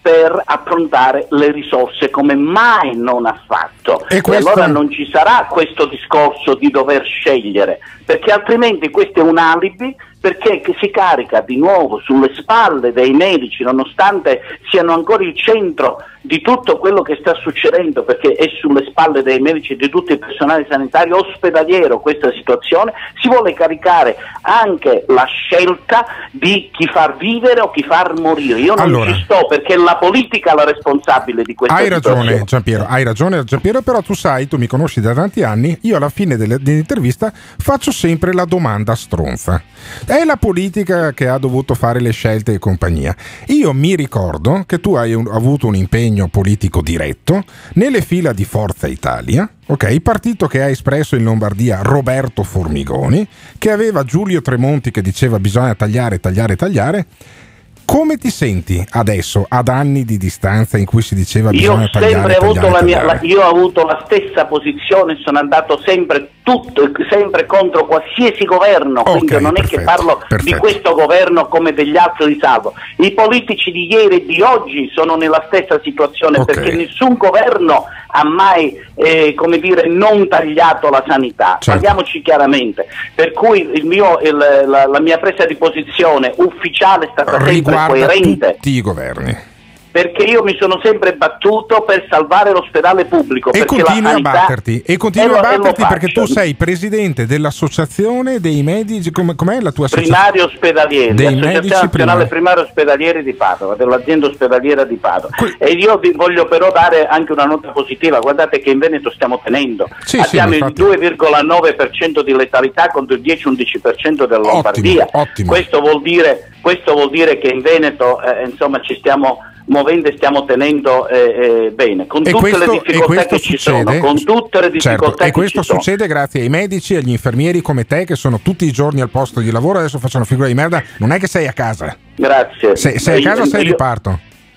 per affrontare le risorse come mai non ha fatto. E, e questo... allora non ci sarà questo discorso di dover scegliere, perché altrimenti questo è un alibi, perché si carica di nuovo sulle spalle dei medici, nonostante siano ancora il centro di tutto quello che sta succedendo, perché è sulle spalle dei medici e di tutto il personale sanitario ospedaliero questa situazione. Si vuole caricare anche la scelta di chi far vivere o chi far morire. Io non allora, ci sto, perché la politica è la responsabile di questa hai situazione. Hai ragione Giampiero, hai ragione Giampiero, però tu sai, tu mi conosci da tanti anni, io alla fine delle, dell'intervista faccio sempre la domanda stronza. È la politica che ha dovuto fare le scelte e compagnia. Io mi ricordo che tu hai un, avuto un impegno politico diretto nelle fila di Forza Italia, ok, il partito che ha espresso in Lombardia Roberto Formigoni, che aveva Giulio Tremonti che diceva bisogna tagliare, tagliare, tagliare. Come ti senti adesso, ad anni di distanza, in cui si diceva bisogna tagliare, io sempre tagliare, avuto la mia, tagliare? la, io ho avuto la stessa posizione, sono andato sempre tutto, sempre contro qualsiasi governo, Okay, quindi non perfetto, è che parlo perfetto. di questo governo come degli altri di Salvo. I politici di ieri e di oggi sono nella stessa situazione, Okay. perché nessun governo ha mai eh, come dire non tagliato la sanità, Certo. parliamoci chiaramente, per cui il mio, il, la, la mia presa di posizione ufficiale è stata sempre Riguarda coerente, tutti i governi. perché io mi sono sempre battuto per salvare l'ospedale pubblico, E perché continui la a sanità, batterti, e continui e lo- a e lo batterti perché faccio. tu sei presidente dell'associazione dei medici, come, com'è la tua associazione? Primari ospedalieri, Dei Associazione medici Nazionale primari. Primari Ospedalieri di Padova, dell'azienda ospedaliera di Padova. E io vi voglio però dare anche una nota positiva, guardate che in Veneto stiamo tenendo, Sì, abbiamo sì, il infatti. due virgola nove per cento di letalità contro il dieci undici per cento della Lombardia. Ottimo, ottimo. Questo vuol dire, questo vuol dire che in Veneto eh, insomma ci stiamo muovendo e stiamo tenendo eh, eh, bene, con E tutte questo- le e difficoltà questo che ci succede- sono, con tutte le difficoltà Certo, e che questo ci sono. succede grazie ai medici e agli infermieri come te che sono tutti i giorni al posto di lavoro, adesso facciano figura di merda, non è che sei a casa. Grazie. Sei, sei a Io- casa o sei in io- riparto?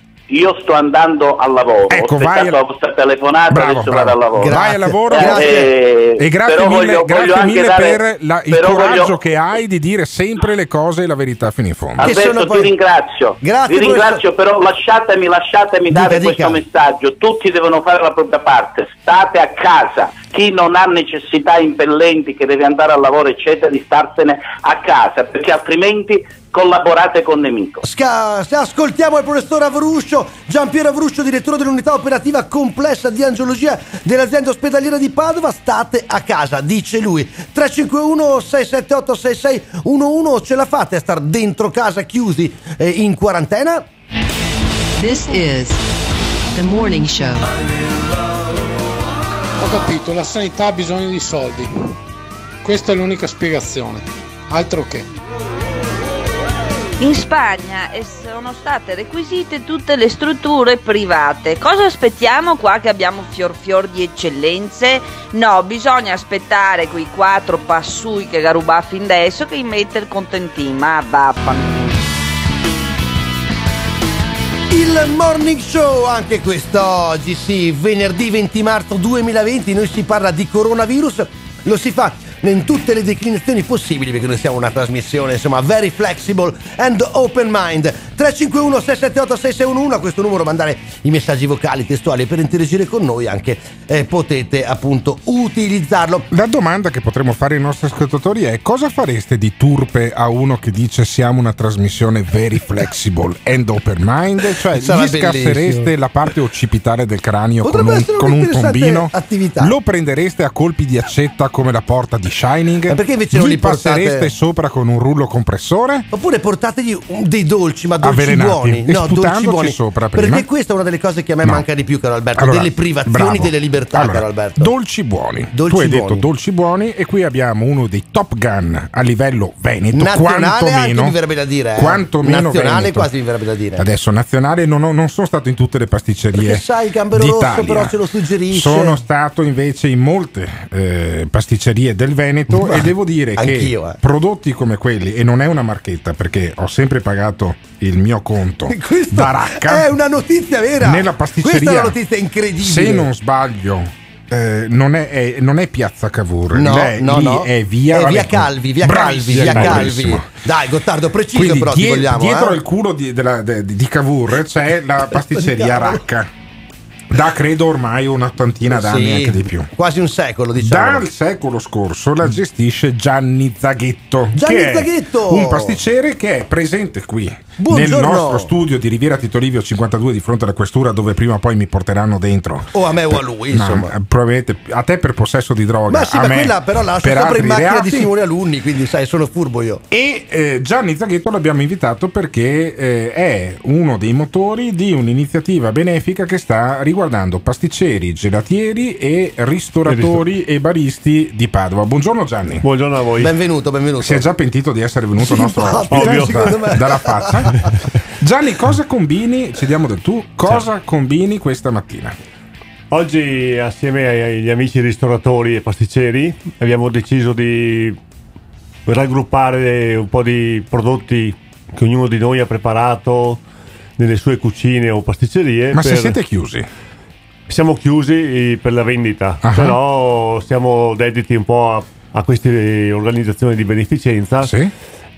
Io sto andando al lavoro, Ecco, ho vai aspettato al- la vostra telefonata, Bravo, adesso bravo. vado al lavoro. Vai al lavoro, Eh, grazie. eh, E grazie però mille, voglio- grazie voglio anche mille dare- per la- il però coraggio voglio- che hai di dire sempre le cose e la verità fino in fondo. Alberto, ti ringrazio, Grazie, vi ringrazio, però lasciatemi, lasciatemi Dica, dare dica. questo messaggio, tutti devono fare la propria parte, state a casa, chi non ha necessità impellenti che deve andare al lavoro eccetera di starsene a casa, perché altrimenti collaborate con nemico. Sca- ascoltiamo il professor Avruscio, Giampiero Avruscio, direttore dell'unità operativa complessa di angiologia dell'azienda ospedaliera di Padova. State a casa, dice lui. tre cinque uno sei sette otto sei sei uno uno, ce la fate a star dentro casa chiusi eh, in quarantena? This is the morning show. Ho capito, la sanità ha bisogno di soldi. Questa è l'unica spiegazione. Altro che. In Spagna eh, sono state requisite tutte le strutture private. Cosa aspettiamo qua che abbiamo fior fior di eccellenze? No, bisogna aspettare quei quattro passui che garubà fin adesso che mette il contentino. Ma vaffanculo. Il Morning Show anche quest'oggi, sì, venerdì venti marzo duemilaventi, noi si parla di coronavirus, lo si fa in tutte le declinazioni possibili perché noi siamo una trasmissione insomma very flexible and open mind. Tre cinque uno sei sette otto sei sei uno uno, a questo numero mandare i messaggi vocali, testuali, per interagire con noi anche eh, potete appunto utilizzarlo. La domanda che potremmo fare ai nostri ascoltatori è: cosa fareste di turpe a uno che dice siamo una trasmissione very flexible and open mind? Cioè Sarà gli scassereste bellissimo. la parte occipitale del cranio con Potrebbe un, essere con un un'interessante tombino? attività. Lo prendereste a colpi di accetta come la porta di Shining? Ma perché invece non Gli li portate- passereste sopra con un rullo compressore? Oppure portategli un- dei dolci, ma dolci Avvelenati, buoni. e No, dolci sputandoci buoni. sopra prima. Perché questa è una delle cose che a me No. manca di più, caro Alberto. Allora, delle privazioni bravo. delle libertà, Allora, caro Alberto. dolci buoni. Dolci tu hai buoni. detto dolci buoni e qui abbiamo uno dei top gun a livello veneto, Nazionale anche quantomeno, mi verrebbe da dire. Eh. quantomeno Nazionale veneto. quasi mi verrebbe da dire. Adesso nazionale non, ho- non sono stato in tutte le pasticcerie Perché sai, il gambero rosso d'Italia. però ce lo suggerisce. Sono stato invece in molte eh, pasticcerie del Veneto Ma e devo dire anch'io, che eh. prodotti come quelli, e non è una marchetta perché ho sempre pagato il mio conto Questo baracca è una notizia vera. nella pasticceria. Questa è una notizia incredibile. Se non sbaglio Eh, non, è, è, non è Piazza Cavour, no, lì, no, lì no. è via, è vabbè, via Calvi, via Calvi, via Calvi. Dai, Gottardo, preciso. Quindi però die- ti vogliamo. Dietro eh? il culo di, della, de, di Cavour c'è la pasticceria Racca. Da credo ormai un'ottantina d'anni, sì, anche di più. Quasi un secolo, diciamo. Dal secolo scorso la gestisce Gianni Zaghetto. Gianni che Zaghetto! È un pasticcere che è presente qui. Buongiorno. Nel nostro studio di Riviera Tito Livio cinquantadue di fronte alla questura, dove prima o poi mi porteranno dentro. O a me o a lui, No, insomma. probabilmente a te per possesso di droga. Ma sì, a ma me quella però lascio per sempre in altri macchina reati. di singoli alunni, quindi sai, sono furbo io. E eh, Gianni Zaghetto l'abbiamo invitato perché eh, è uno dei motori di un'iniziativa benefica che sta riguardando pasticceri, gelatieri e ristoratori e baristi di Padova. Buongiorno Gianni. Buongiorno a voi. Benvenuto, benvenuto. Si è già pentito di essere venuto il nostro ospite Ovvio. da, dalla faccia. Gianni, cosa combini, ci diamo del tu, cosa combini questa mattina? Oggi assieme agli amici ristoratori e pasticceri abbiamo deciso di raggruppare un po' di prodotti che ognuno di noi ha preparato nelle sue cucine o pasticcerie. Ma per... se siete chiusi? Siamo chiusi per la vendita, uh-huh. però siamo dediti un po' a, a queste organizzazioni di beneficenza. Sì.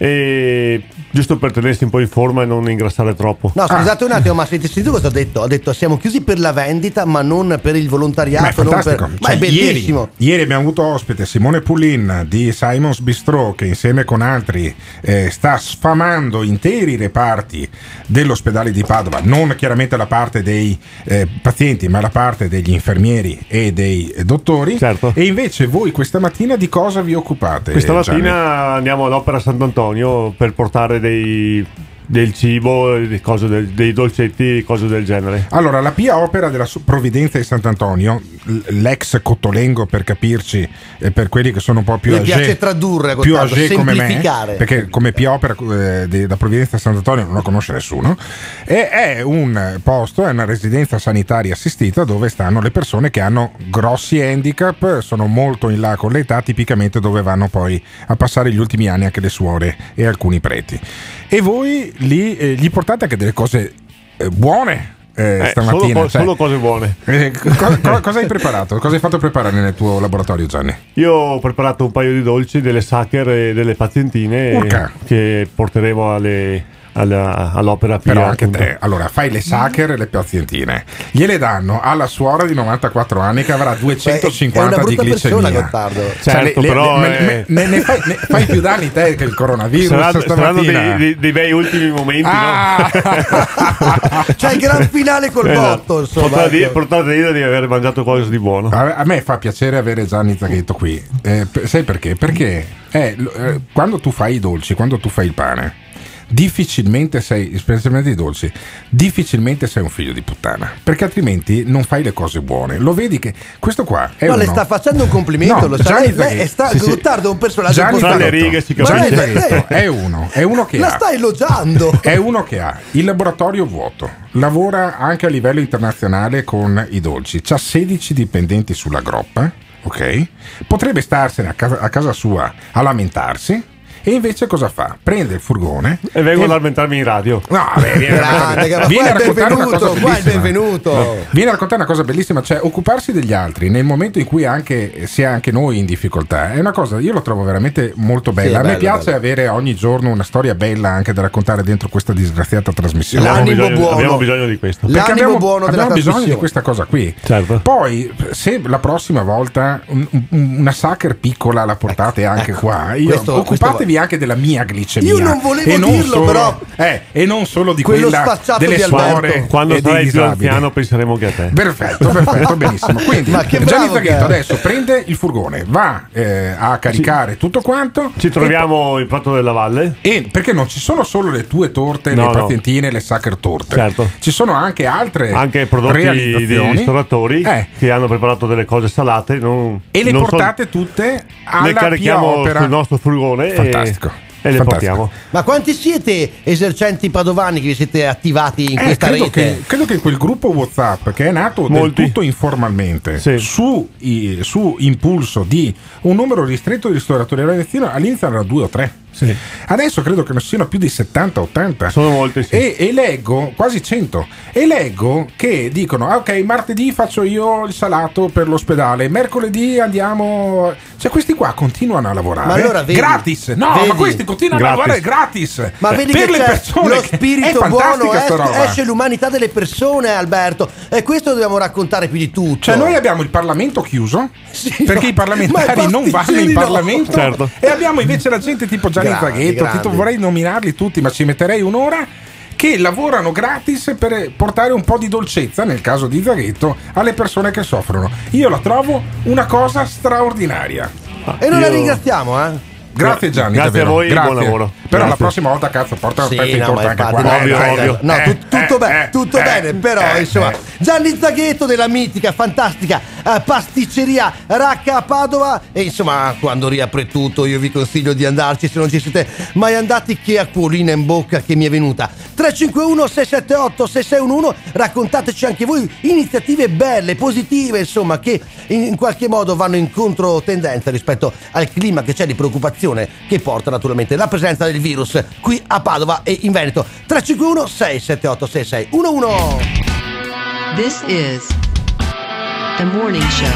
E giusto per tenersi un po' in forma e non ingrassare troppo. No, scusate ah. un attimo, ma avete sentito cosa ho detto? Ho detto siamo chiusi per la vendita, ma non per il volontariato. Ma è non fantastico. per... ma Cioè, è bellissimo. Ieri, ieri abbiamo avuto ospite Simone Pullin di Simon's Bistro, che insieme con altri eh, sta sfamando interi reparti dell'ospedale di Padova, non chiaramente la parte dei eh, pazienti, ma la parte degli infermieri e dei eh, dottori. Certo. E invece voi questa mattina di cosa vi occupate? Questa mattina Gianni? andiamo all'Opera Sant'Antonio per portare dei, del cibo, dei, cose del, dei dolcetti, cose del genere. Allora, la Pia Opera della Provvidenza di Sant'Antonio, l'ex Cottolengo per capirci, eh, per quelli che sono un po' più Mi âgé, piace tradurre, più Gottardo, âgé come me, semplificare. perché come Pia Opera eh, della Provvidenza di Sant'Antonio non lo conosce nessuno, e è un posto, è una residenza sanitaria assistita dove stanno le persone che hanno grossi handicap, sono molto in là con l'età, tipicamente dove vanno poi a passare gli ultimi anni anche le suore e alcuni preti. E voi lì eh, gli portate anche delle cose eh, buone eh, eh, stamattina. Solo, co- cioè, solo cose buone. Eh, co- co- cosa hai preparato? Cosa hai fatto preparare nel tuo laboratorio, Gianni? Io ho preparato un paio di dolci, delle sacher e delle pazientine Urca. che porteremo alle, alla, all'Opera Pia. Però anche appunto. te, allora fai le sacher e le pazientine, gliele danno alla suora di novantaquattro anni che avrà duecentocinquanta di glicemia. Gottardo. Certo, cioè, le, però le, eh... ne, ne fai, ne fai più danni te che il coronavirus. saranno, saranno stamattina. dei, dei, dei bei ultimi momenti, Ah! no? C'è il gran finale col botto, insomma. Portate, ecco. portate dire di aver mangiato qualcosa di buono. A, a me fa piacere avere Gianni Zaghetto qui. Eh, per- sai perché? Perché eh, lo- eh, quando tu fai i dolci, quando tu fai il pane, difficilmente sei, specialmente i dolci, difficilmente sei un figlio di puttana, perché altrimenti non fai le cose buone. Lo vedi che questo qua è No, uno... le sta facendo un complimento, No, lo sa. Gianni Lei, lei è Zaghetto. sta, Sì, sì. Gottardo è un personaggio Gianni importante. Tra le righe si Ma capisce. lei- Zaghetto lei- è uno, è uno che La ha stai elogiando. è uno che ha il laboratorio vuoto, lavora anche a livello internazionale con i dolci, c'ha sedici dipendenti sulla groppa, ok? Potrebbe starsene a casa, a casa sua a lamentarsi. E invece cosa fa? Prende il furgone E vengo a lamentarmi in radio. No, beh, viene, Grande, a, qua viene è a raccontare una cosa benvenuto, qua è bellissima. benvenuto. No, viene a raccontare una cosa bellissima, cioè occuparsi degli altri nel momento in cui anche si è anche noi in difficoltà è una cosa, io lo trovo veramente molto bella. Sì, è a me bello, piace bello. avere ogni giorno una storia bella anche da raccontare dentro questa disgraziata trasmissione. Abbiamo L'animo bisogno, buono. abbiamo bisogno di questo. L'animo Perché abbiamo, buono della abbiamo bisogno trasmissione. di questa cosa qui. Certo. Poi, se la prossima volta un- un- una sacker piccola la portate anche ecco, qua, io, questo- occupatevi questo- anche della mia glicemia. Io non volevo e non dirlo, solo, però- eh, e non solo di Quello quella spacciato delle di Alberto. suore Quando e dei sarai più disabili. anziano penseremo che a te. Perfetto, perfetto, benissimo. Quindi Ma che Gianni bravo Zaghetto che è. adesso prende il furgone, va eh, a caricare tutto quanto. Ci troviamo in Prato della Valle. E perché non ci sono solo le tue torte, No, le no. pazientine, le sacher torte. Certo. Ci sono anche altre Anche prodotti di realizzazioni. ristoratori Eh. che hanno preparato delle cose salate. Non, E le non so- portate tutte alla le Pia carichiamo Opera. sul nostro furgone e- Fantastico. e, le Fantastico. portiamo. Ma quanti siete esercenti padovani che vi siete attivati in Eh, questa credo, rete? che, credo che quel gruppo WhatsApp che è nato Molti. del tutto informalmente Sì. su, i- su impulso di un numero ristretto di ristoratori all'inizio all'inizio erano due o tre. Sì. Adesso credo che ne siano più di settanta ottanta. Sono molte, sì. E, e leggo, quasi cento. E leggo che dicono: ah, ok, martedì faccio io il salato per l'ospedale, mercoledì andiamo. Cioè, questi qua continuano a lavorare. Ma allora vedi, gratis. No, vedi, ma questi continuano gratis. a lavorare gratis. Ma vedi per che le c'è persone. lo spirito è buono, fantastica sta esce, roba. esce l'umanità delle persone, Alberto. E questo dobbiamo raccontare più di tutto. Cioè, noi abbiamo il Parlamento chiuso, Sì, perché no, i parlamentari ma i non vanno in no. Parlamento, Certo. e abbiamo invece la gente tipo Gianni Grandi, Zaghetto, grandi. tipo, vorrei nominarli tutti, ma ci metterei un'ora, che lavorano gratis per portare un po' di dolcezza, nel caso di Zaghetto, alle persone che soffrono. Io la trovo una cosa straordinaria. E noi Io- la ringraziamo, eh? Grazie Gianni, Grazie davvero. a voi, Grazie. buon lavoro. Però Grazie. la prossima volta, cazzo, porta una Sì, fetta di no, torta ma anche infatti, qua. no, ovvio, dai, ovvio. no, Eh, tut- tutto, eh, be- eh, tutto eh, bene, però eh, insomma, eh. Gianni Zaghetto della mitica, fantastica eh, pasticceria Racca a Padova. E insomma, quando riapre tutto, io vi consiglio di andarci se non ci siete mai andati. Che acquolina in bocca che mi è venuta. Tre cinque uno sei sette otto sei sei uno uno, raccontateci anche voi iniziative belle, positive, insomma, che in, in qualche modo vanno in controtendenza rispetto al clima che c'è di preoccupazione che porta naturalmente la presenza del virus qui a Padova e in Veneto. Tre cinque uno sei sette otto sei sei uno uno. This is The Morning Show.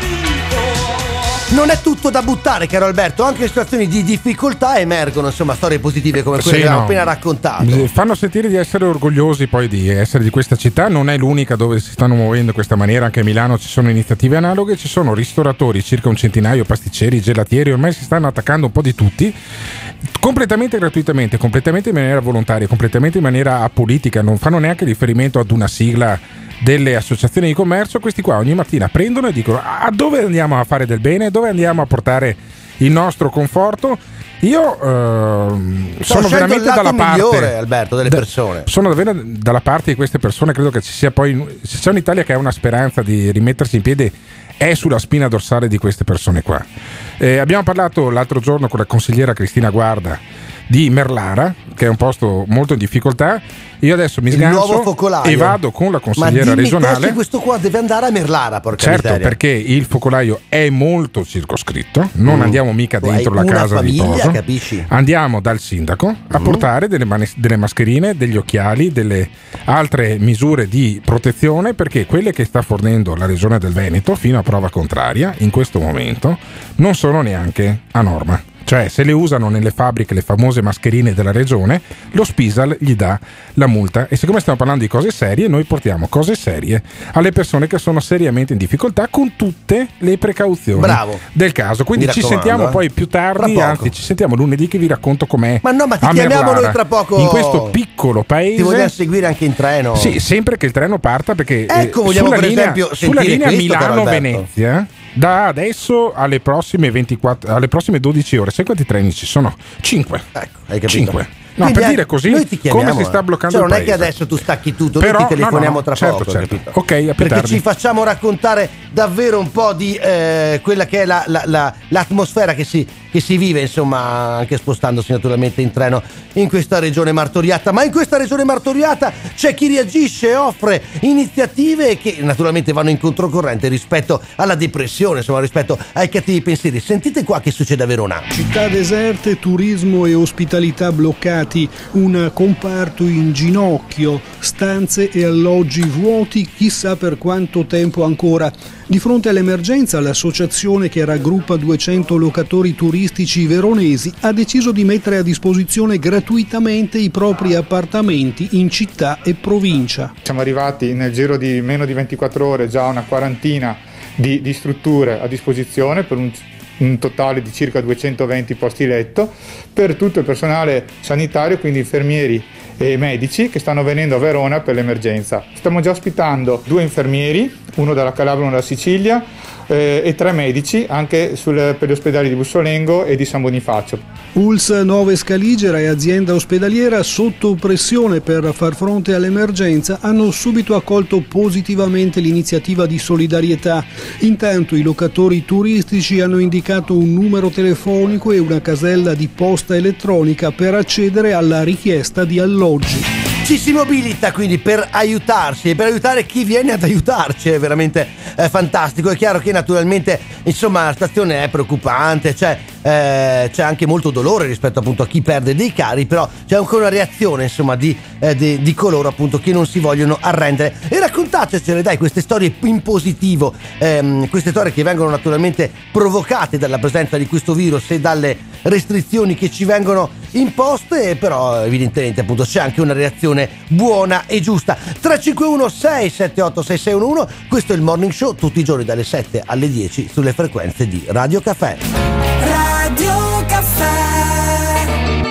Non è tutto da buttare, caro Alberto, anche in situazioni di difficoltà emergono, insomma, storie positive come quelle Sì, che abbiamo no. appena raccontato. Fanno sentire di essere orgogliosi poi di essere di questa città. Non è l'unica dove si stanno muovendo in questa maniera, anche a Milano ci sono iniziative analoghe, ci sono ristoratori, circa un centinaio, pasticceri, gelatieri, ormai si stanno attaccando un po' di tutti, completamente gratuitamente, completamente in maniera volontaria, completamente in maniera apolitica, non fanno neanche riferimento ad una sigla delle associazioni di commercio. Questi qua ogni mattina prendono e dicono: a dove andiamo a fare del bene, dove andiamo a portare il nostro conforto. Io ehm, sono veramente il lato dalla parte migliore, Alberto, delle da- persone. sono davvero dalla parte di queste persone. Credo che ci sia poi, se c'è un'Italia che ha una speranza di rimettersi in piedi, è sulla spina dorsale di queste persone qua. Eh, abbiamo parlato l'altro giorno con la consigliera Cristina Guarda di Merlara, che è un posto molto in difficoltà. Io adesso mi Il nuovo sgancio focolaio. e vado con la consigliera Ma dimmi te regionale. se questo qua deve andare a Merlara, porca Certo, miseria. perché il focolaio è molto circoscritto, non Mm. andiamo mica Tu hai dentro la una casa di famiglia, Toso, capisci? andiamo dal sindaco a Mm. portare delle, mani- delle mascherine, degli occhiali, delle altre misure di protezione, perché quelle che sta fornendo la regione del Veneto fino a prova contraria in questo momento non sono neanche a norma. Cioè, se le usano nelle fabbriche le famose mascherine della regione, lo Spisal gli dà la multa. E siccome stiamo parlando di cose serie, noi portiamo cose serie alle persone che sono seriamente in difficoltà, con tutte le precauzioni Bravo. del caso. Quindi Mi ci raccomando, sentiamo eh. poi più Tra tardi, poco. anzi ci sentiamo lunedì, che vi racconto com'è. Ma no, ma ti a chiamiamo Merlara, noi tra poco. in questo piccolo paese. Ti vogliamo seguire anche in treno. Sì, sempre che il treno parta, perché Ecco, eh, vogliamo sulla per linea, esempio sulla sentire linea questo, caro Alberto. Milano-Venezia, da adesso alle prossime ventiquattro, alle prossime dodici ore, sai quanti treni ci sono? cinque. Ecco, hai capito? cinque. No, Quindi per eh, dire così, noi ti come chiamiamo, si sta eh. bloccando Cioè, il non è che paese. adesso tu stacchi tutto, Però, noi ti telefoniamo no, no, tra certo, poco, certo. capito? Ok, a più Perché tardi. ci facciamo raccontare davvero un po' di eh, quella che è la, la- la- l'atmosfera che si, che si vive, insomma, anche spostandosi naturalmente in treno in questa regione martoriata. Ma in questa regione martoriata c'è chi reagisce e offre iniziative che naturalmente vanno in controcorrente rispetto alla depressione, insomma, rispetto ai cattivi pensieri. Sentite qua che succede a Verona. Città deserte, turismo e ospitalità bloccati, un comparto in ginocchio, stanze e alloggi vuoti, chissà per quanto tempo ancora. Di fronte all'emergenza, l'associazione che raggruppa duecento locatori turistici veronesi ha deciso di mettere a disposizione gratuitamente i propri appartamenti in città e provincia. Siamo arrivati nel giro di meno di ventiquattro ore già a una quarantina di, di strutture a disposizione per un, un totale di circa duecentoventi posti letto per tutto il personale sanitario, quindi infermieri e medici che stanno venendo a Verona per l'emergenza. Stiamo già ospitando due infermieri, uno dalla Calabria e uno dalla Sicilia, eh, e tre medici anche sul, per gli ospedali di Bussolengo e di San Bonifacio. U L S Nove Scaligera e azienda ospedaliera, sotto pressione per far fronte all'emergenza, hanno subito accolto positivamente l'iniziativa di solidarietà. Intanto i locatori turistici hanno indicato un numero telefonico e una casella di posta elettronica per accedere alla richiesta di alloggi. Ci si mobilita quindi per aiutarsi e per aiutare chi viene ad aiutarci, è veramente eh, fantastico. È chiaro che naturalmente insomma la situazione è preoccupante, c'è eh, c'è anche molto dolore rispetto appunto a chi perde dei cari, però c'è anche una reazione insomma di, eh, di, di coloro appunto che non si vogliono arrendere. E raccontatecele dai queste storie in positivo, ehm, queste storie che vengono naturalmente provocate dalla presenza di questo virus e dalle restrizioni che ci vengono imposte, però evidentemente appunto c'è anche una reazione buona e giusta. Tre cinque uno sei sette otto sei sei uno uno, questo è il Morning Show tutti i giorni dalle sette alle dieci sulle frequenze di Radio Caffè. Radio Caffè.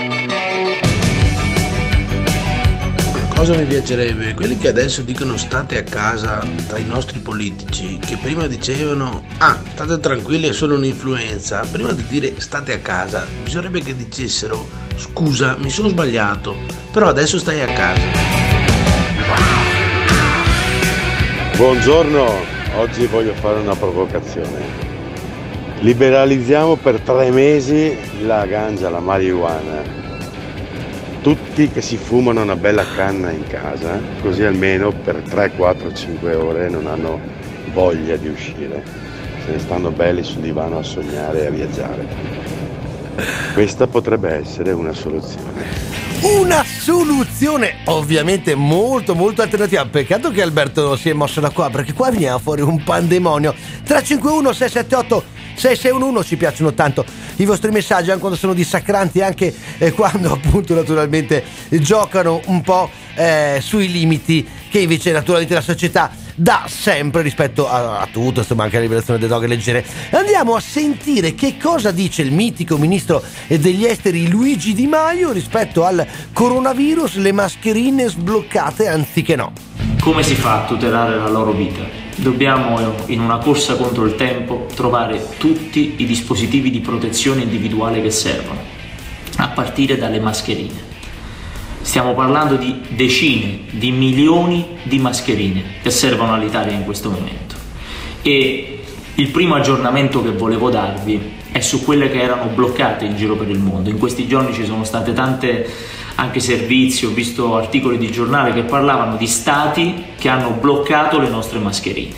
Cosa mi piacerebbe? Quelli che adesso dicono state a casa tra i nostri politici, che prima dicevano ah, state tranquilli, è solo un'influenza. Prima di dire state a casa, bisognerebbe che dicessero scusa, mi sono sbagliato, però adesso stai a casa. Buongiorno, oggi voglio fare una provocazione. Liberalizziamo per tre mesi la ganja, la marijuana. Tutti che si fumano una bella canna in casa, così almeno per tre, quattro, cinque ore non hanno voglia di uscire. Se ne stanno belli sul divano a sognare e a viaggiare. Questa potrebbe essere una soluzione. Una soluzione ovviamente molto molto alternativa. Peccato che Alberto si è mosso da qua, perché qua veniva fuori un pandemonio. Tre cinque uno sei sette otto sei sei uno uno, ci piacciono tanto i vostri messaggi, anche quando sono dissacranti, anche eh, quando appunto naturalmente giocano un po' eh, sui limiti che invece naturalmente la società dà sempre rispetto a, a tutto, insomma anche la liberazione delle droghe leggere. Andiamo a sentire che cosa dice il mitico ministro degli esteri Luigi Di Maio rispetto al coronavirus, le mascherine sbloccate anziché no. Come si fa a tutelare la loro vita? Dobbiamo, in una corsa contro il tempo, trovare tutti i dispositivi di protezione individuale che servono, a partire dalle mascherine. Stiamo parlando di decine di milioni di mascherine che servono all'Italia in questo momento. E il primo aggiornamento che volevo darvi è su quelle che erano bloccate in giro per il mondo. In questi giorni ci sono state tante anche servizi, ho visto articoli di giornale che parlavano di stati che hanno bloccato le nostre mascherine.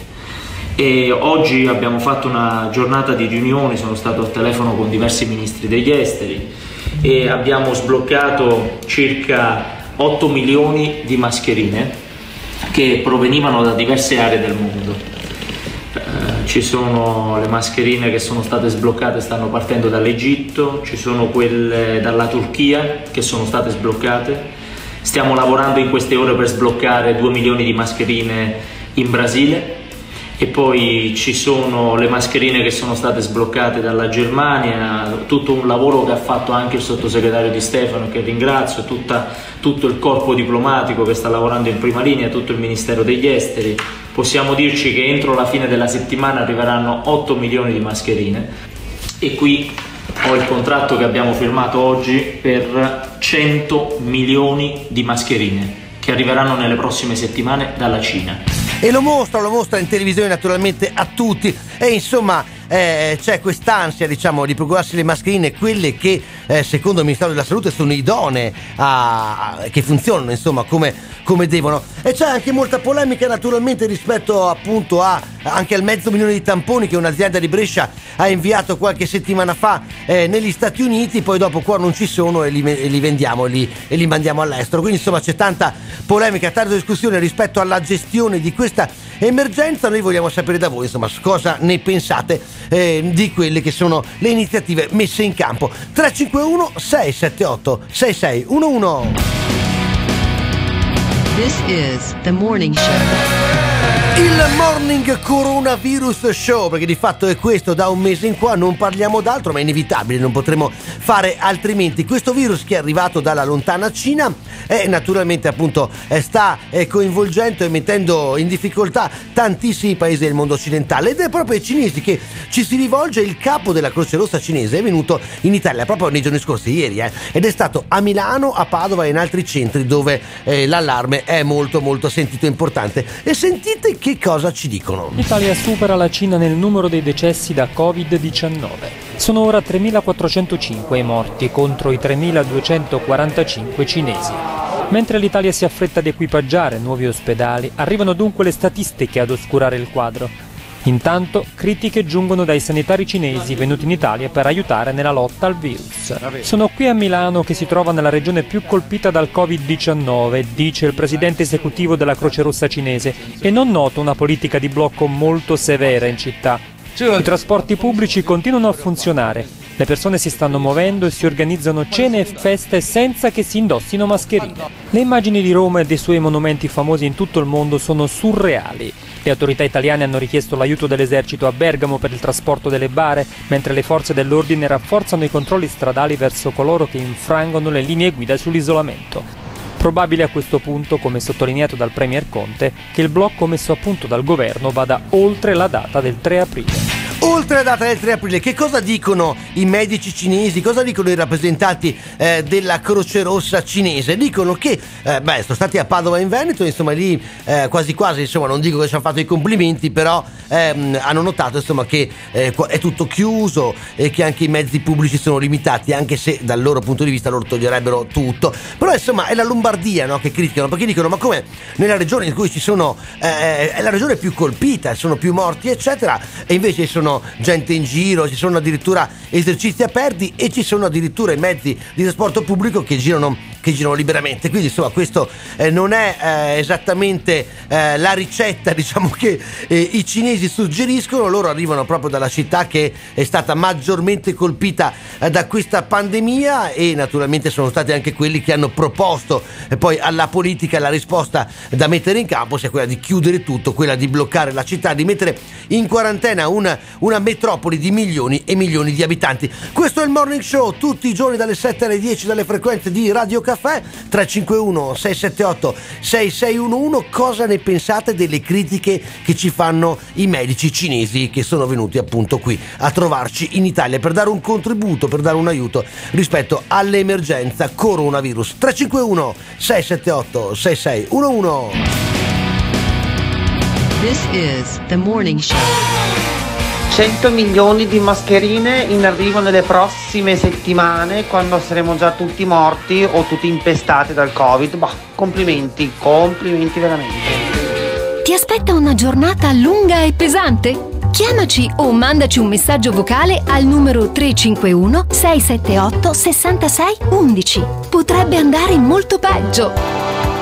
E oggi abbiamo fatto una giornata di riunioni, sono stato al telefono con diversi ministri degli esteri e abbiamo sbloccato circa otto milioni di mascherine che provenivano da diverse aree del mondo. Eh, ci sono le mascherine che sono state sbloccate, stanno partendo dall'Egitto, ci sono quelle dalla Turchia che sono state sbloccate. Stiamo lavorando in queste ore per sbloccare due milioni di mascherine in Brasile. E poi ci sono le mascherine che sono state sbloccate dalla Germania, tutto un lavoro che ha fatto anche il sottosegretario Di Stefano, che ringrazio, tutta, tutto il corpo diplomatico che sta lavorando in prima linea, tutto il Ministero degli Esteri. Possiamo dirci che entro la fine della settimana arriveranno otto milioni di mascherine e qui ho il contratto che abbiamo firmato oggi per cento milioni di mascherine che arriveranno nelle prossime settimane dalla Cina. E lo mostra, lo mostra in televisione naturalmente a tutti e insomma eh, c'è quest'ansia diciamo di procurarsi le mascherine, quelle che eh, secondo il Ministero della Salute sono idonee a, a, che funzionano insomma come, come devono. E c'è anche molta polemica naturalmente rispetto appunto a anche al mezzo milione di tamponi che un'azienda di Brescia ha inviato qualche settimana fa eh, negli Stati Uniti, poi dopo qua non ci sono e li, e li vendiamo e li, e li mandiamo all'estero. Quindi insomma c'è tanta polemica, tanta discussione rispetto alla gestione di questa emergenza. Noi vogliamo sapere da voi insomma cosa ne pensate eh, di quelle che sono le iniziative messe in campo. Tre cinque uno sei sette otto sei sei uno uno. This is the morning show. Il Morning Coronavirus Show, perché di fatto è questo, da un mese in qua non parliamo d'altro, ma è inevitabile, non potremo fare altrimenti. Questo virus che è arrivato dalla lontana Cina è naturalmente appunto sta coinvolgendo e mettendo in difficoltà tantissimi paesi del mondo occidentale, ed è proprio ai cinesi che ci si rivolge. Il capo della Croce Rossa cinese è venuto in Italia proprio nei giorni scorsi, ieri, eh, ed è stato a Milano, a Padova e in altri centri dove eh, l'allarme è molto molto sentito e importante. E sentite che cosa ci dicono. L'Italia supera la Cina nel numero dei decessi da covid diciannove. Sono ora tremilaquattrocentocinque i morti contro i tremiladuecentoquarantacinque cinesi. Mentre l'Italia si affretta ad equipaggiare nuovi ospedali, arrivano dunque le statistiche ad oscurare il quadro. Intanto, critiche giungono dai sanitari cinesi venuti in Italia per aiutare nella lotta al virus. Sono qui a Milano, che si trova nella regione più colpita dal covid diciannove, dice il presidente esecutivo della Croce Rossa cinese, e non noto una politica di blocco molto severa in città. I trasporti pubblici continuano a funzionare, le persone si stanno muovendo e si organizzano cene e feste senza che si indossino mascherine. Le immagini di Roma e dei suoi monumenti famosi in tutto il mondo sono surreali. Le autorità italiane hanno richiesto l'aiuto dell'esercito a Bergamo per il trasporto delle bare, mentre le forze dell'ordine rafforzano i controlli stradali verso coloro che infrangono le linee guida sull'isolamento. Probabile a questo punto, come sottolineato dal Premier Conte, che il blocco messo a punto dal governo vada oltre la data del tre aprile. Oltre la data del tre aprile, che cosa dicono i medici cinesi? Cosa dicono i rappresentanti eh, della Croce Rossa cinese? Dicono che eh, beh, sono stati a Padova in Veneto, insomma lì eh, quasi quasi, insomma non dico che ci hanno fatto i complimenti, però ehm, hanno notato insomma che eh, è tutto chiuso e che anche i mezzi pubblici sono limitati, anche se dal loro punto di vista loro toglierebbero tutto. Però insomma è la Lombardia, no, che criticano, perché dicono: ma come nella regione in cui ci sono eh, è la regione più colpita, sono più morti eccetera, e invece ci sono gente in giro, ci sono addirittura esercizi aperti e ci sono addirittura i mezzi di trasporto pubblico che girano, che girano liberamente. Quindi insomma questo eh, non è eh, esattamente eh, la ricetta, diciamo, che eh, i cinesi suggeriscono. Loro arrivano proprio dalla città che è stata maggiormente colpita eh, da questa pandemia, e naturalmente sono stati anche quelli che hanno proposto eh, poi alla politica la risposta da mettere in campo sia quella di chiudere tutto, quella di bloccare la città, di mettere in quarantena una, una metropoli di milioni e milioni di abitanti. Questo è il Morning Show, tutti i giorni dalle sette alle dieci dalle frequenze di Radio Caffè. Tre cinque uno sei sette otto sei sei uno uno. Cosa ne pensate delle critiche che ci fanno i medici cinesi che sono venuti appunto qui a trovarci in Italia per dare un contributo, per dare un aiuto rispetto all'emergenza coronavirus? Tre cinque uno sei sette otto sei sei uno uno. This is the Morning Show. cento milioni di mascherine in arrivo nelle prossime settimane, quando saremo già tutti morti o tutti impestati dal Covid. Bah, complimenti, complimenti veramente. Ti aspetta una giornata lunga e pesante? Chiamaci o mandaci un messaggio vocale al numero tre cinque uno sei sette otto sei sei uno uno. Potrebbe andare molto peggio.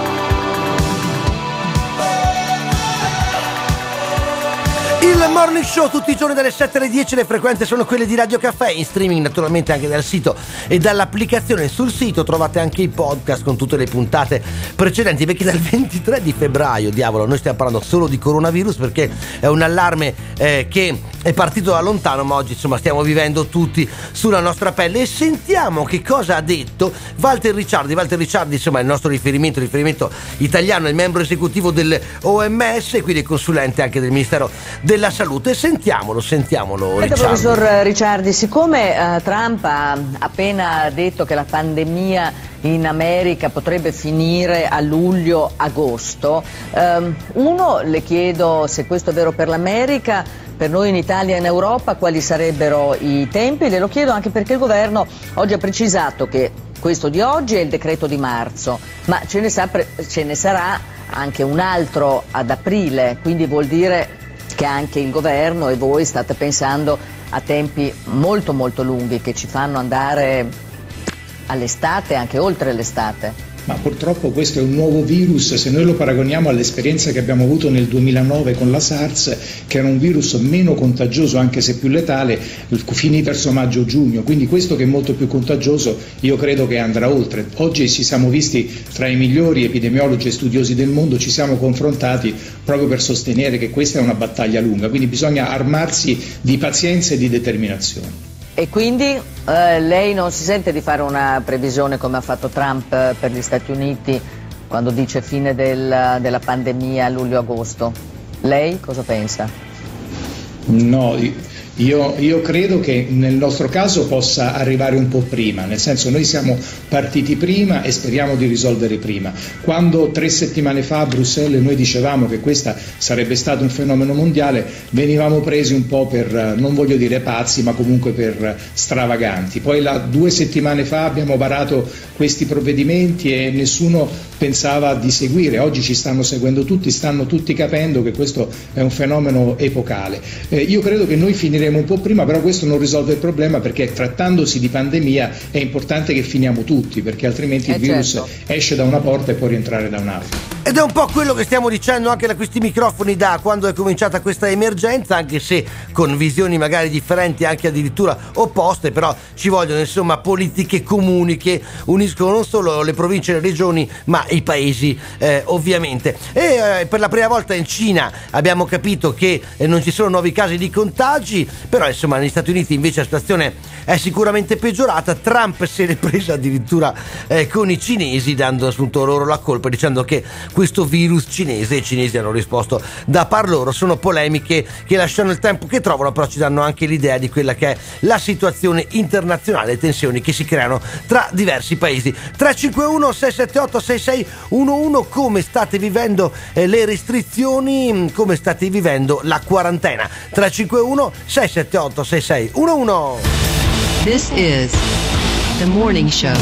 Il Morning Show tutti i giorni dalle sette alle dieci, le frequenze sono quelle di Radio Caffè, in streaming naturalmente anche dal sito e dall'applicazione. Sul sito trovate anche i podcast con tutte le puntate precedenti, perché dal ventitré di febbraio, diavolo, noi stiamo parlando solo di coronavirus, perché è un allarme eh, che è partito da lontano, ma oggi insomma stiamo vivendo tutti sulla nostra pelle. E sentiamo che cosa ha detto Walter Ricciardi. Walter Ricciardi insomma è il nostro riferimento, riferimento italiano, è il membro esecutivo dell'O M S e quindi è consulente anche del Ministero della Salute. Sentiamolo, sentiamolo. Senta, professor Ricciardi, siccome uh, Trump ha appena detto che la pandemia in America potrebbe finire a luglio-agosto, um, uno, le chiedo se questo è vero per l'America, per noi in Italia e in Europa quali sarebbero i tempi. Le lo chiedo anche perché il governo oggi ha precisato che questo di oggi è il decreto di marzo, ma ce ne, sa, ce ne sarà anche un altro ad aprile, quindi vuol dire che anche il governo e voi state pensando a tempi molto molto lunghi che ci fanno andare all'estate, anche oltre l'estate. Ma purtroppo questo è un nuovo virus, se noi lo paragoniamo all'esperienza che abbiamo avuto nel duemilanove con la SARS, che era un virus meno contagioso anche se più letale, finì verso maggio-giugno, quindi questo che è molto più contagioso io credo che andrà oltre. Oggi ci siamo visti tra i migliori epidemiologi e studiosi del mondo, ci siamo confrontati proprio per sostenere che questa è una battaglia lunga, quindi bisogna armarsi di pazienza e di determinazione. E quindi eh, lei non si sente di fare una previsione come ha fatto Trump eh, per gli Stati Uniti quando dice fine del, della pandemia a luglio-agosto? Lei cosa pensa? No, Io, io credo che nel nostro caso possa arrivare un po' prima, nel senso noi siamo partiti prima e speriamo di risolvere prima. Quando tre settimane fa a Bruxelles noi dicevamo che questa sarebbe stato un fenomeno mondiale, venivamo presi un po' per, non voglio dire pazzi, ma comunque per stravaganti. Poi là, due settimane fa abbiamo varato questi provvedimenti e nessuno pensava di seguire. Oggi ci stanno seguendo tutti, stanno tutti capendo che questo è un fenomeno epocale. Eh, io credo che noi finiremo un po' prima, però questo non risolve il problema, perché trattandosi di pandemia è importante che finiamo tutti, perché altrimenti eh il virus certo. esce da una porta e può rientrare da un'altra. Ed è un po' quello che stiamo dicendo anche da questi microfoni da quando è cominciata questa emergenza, anche se con visioni magari differenti, anche addirittura opposte, però ci vogliono insomma politiche comuni che uniscono non solo le province e le regioni, ma i paesi eh, ovviamente. E eh, per la prima volta in Cina abbiamo capito che eh, non ci sono nuovi casi di contagi, però insomma negli Stati Uniti invece la situazione è sicuramente peggiorata. Trump se l'è presa addirittura eh, con i cinesi, dando appunto loro la colpa, dicendo che questo virus cinese, i cinesi hanno risposto da par loro. Sono polemiche che lasciano il tempo che trovano, però ci danno anche l'idea di quella che è la situazione internazionale, le tensioni che si creano tra diversi paesi. Tre cinque uno sei sette otto sei sei uno uno, come state vivendo eh, le restrizioni, come state vivendo la quarantena? Tre cinque uno sei sette otto sei sei uno uno. This is The Morning Show.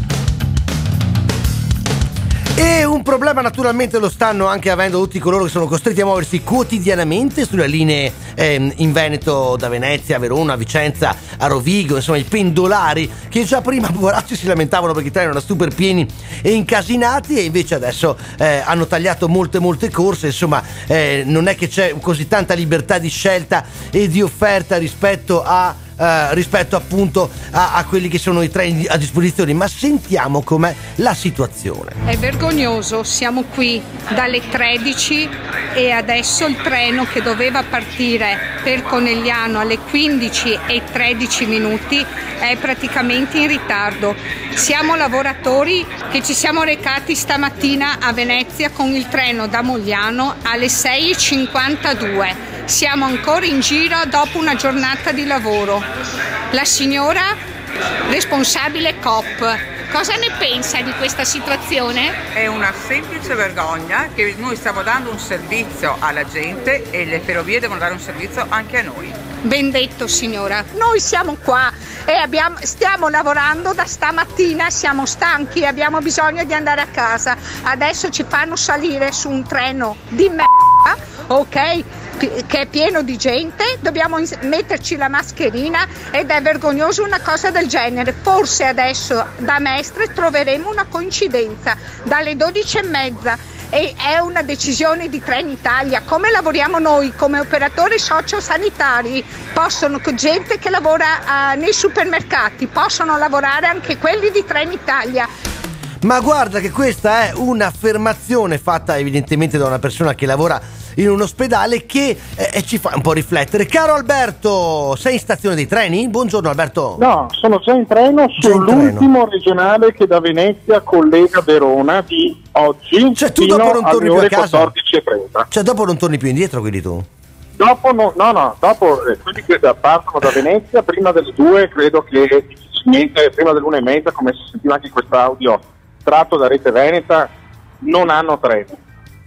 E un problema naturalmente lo stanno anche avendo tutti coloro che sono costretti a muoversi quotidianamente sulle linee ehm, in Veneto, da Venezia a Verona, a Vicenza, a Rovigo, insomma i pendolari che già prima poveracci si lamentavano perché i treni erano super pieni e incasinati, e invece adesso eh, hanno tagliato molte molte corse. Insomma eh, non è che c'è così tanta libertà di scelta e di offerta rispetto a Uh, rispetto appunto a, a quelli che sono i treni a disposizione, ma sentiamo com'è la situazione. È vergognoso, siamo qui dalle tredici e adesso il treno che doveva partire per Conegliano alle quindici e tredici minuti è praticamente in ritardo. Siamo lavoratori che ci siamo recati stamattina a Venezia con il treno da Mogliano alle sei e cinquantadue. Siamo ancora in giro dopo una giornata di lavoro. La signora responsabile C O P, cosa ne pensa di questa situazione? È una semplice vergogna che noi stiamo dando un servizio alla gente e le ferrovie devono dare un servizio anche a noi. Ben detto signora, noi siamo qua e abbiamo, stiamo lavorando da stamattina, siamo stanchi, abbiamo bisogno di andare a casa. Adesso ci fanno salire su un treno di merda, ok? Che è pieno di gente, dobbiamo metterci la mascherina ed è vergognoso una cosa del genere. Forse adesso da Mestre troveremo una coincidenza dalle dodici e mezza e è una decisione di Trenitalia. Come lavoriamo noi come operatori sociosanitari? Possono, gente che lavora uh, nei supermercati, possono lavorare anche quelli di Trenitalia. Ma guarda che questa è un'affermazione fatta evidentemente da una persona che lavora in un ospedale che eh, ci fa un po' riflettere. Caro Alberto, sei in stazione dei treni? Buongiorno Alberto. No, sono già in treno sull'ultimo regionale che da Venezia collega Verona di oggi, cioè, tu fino dopo non torni alle più a casa? quattordici e trenta. Cioè dopo non torni più indietro, quindi tu? Dopo no, no, no dopo eh, quelli che partono da Venezia prima delle due, credo che difficilmente prima dell'una e mezza, come si sentiva anche in quest'audio tratto da Rete Veneta, non hanno treni.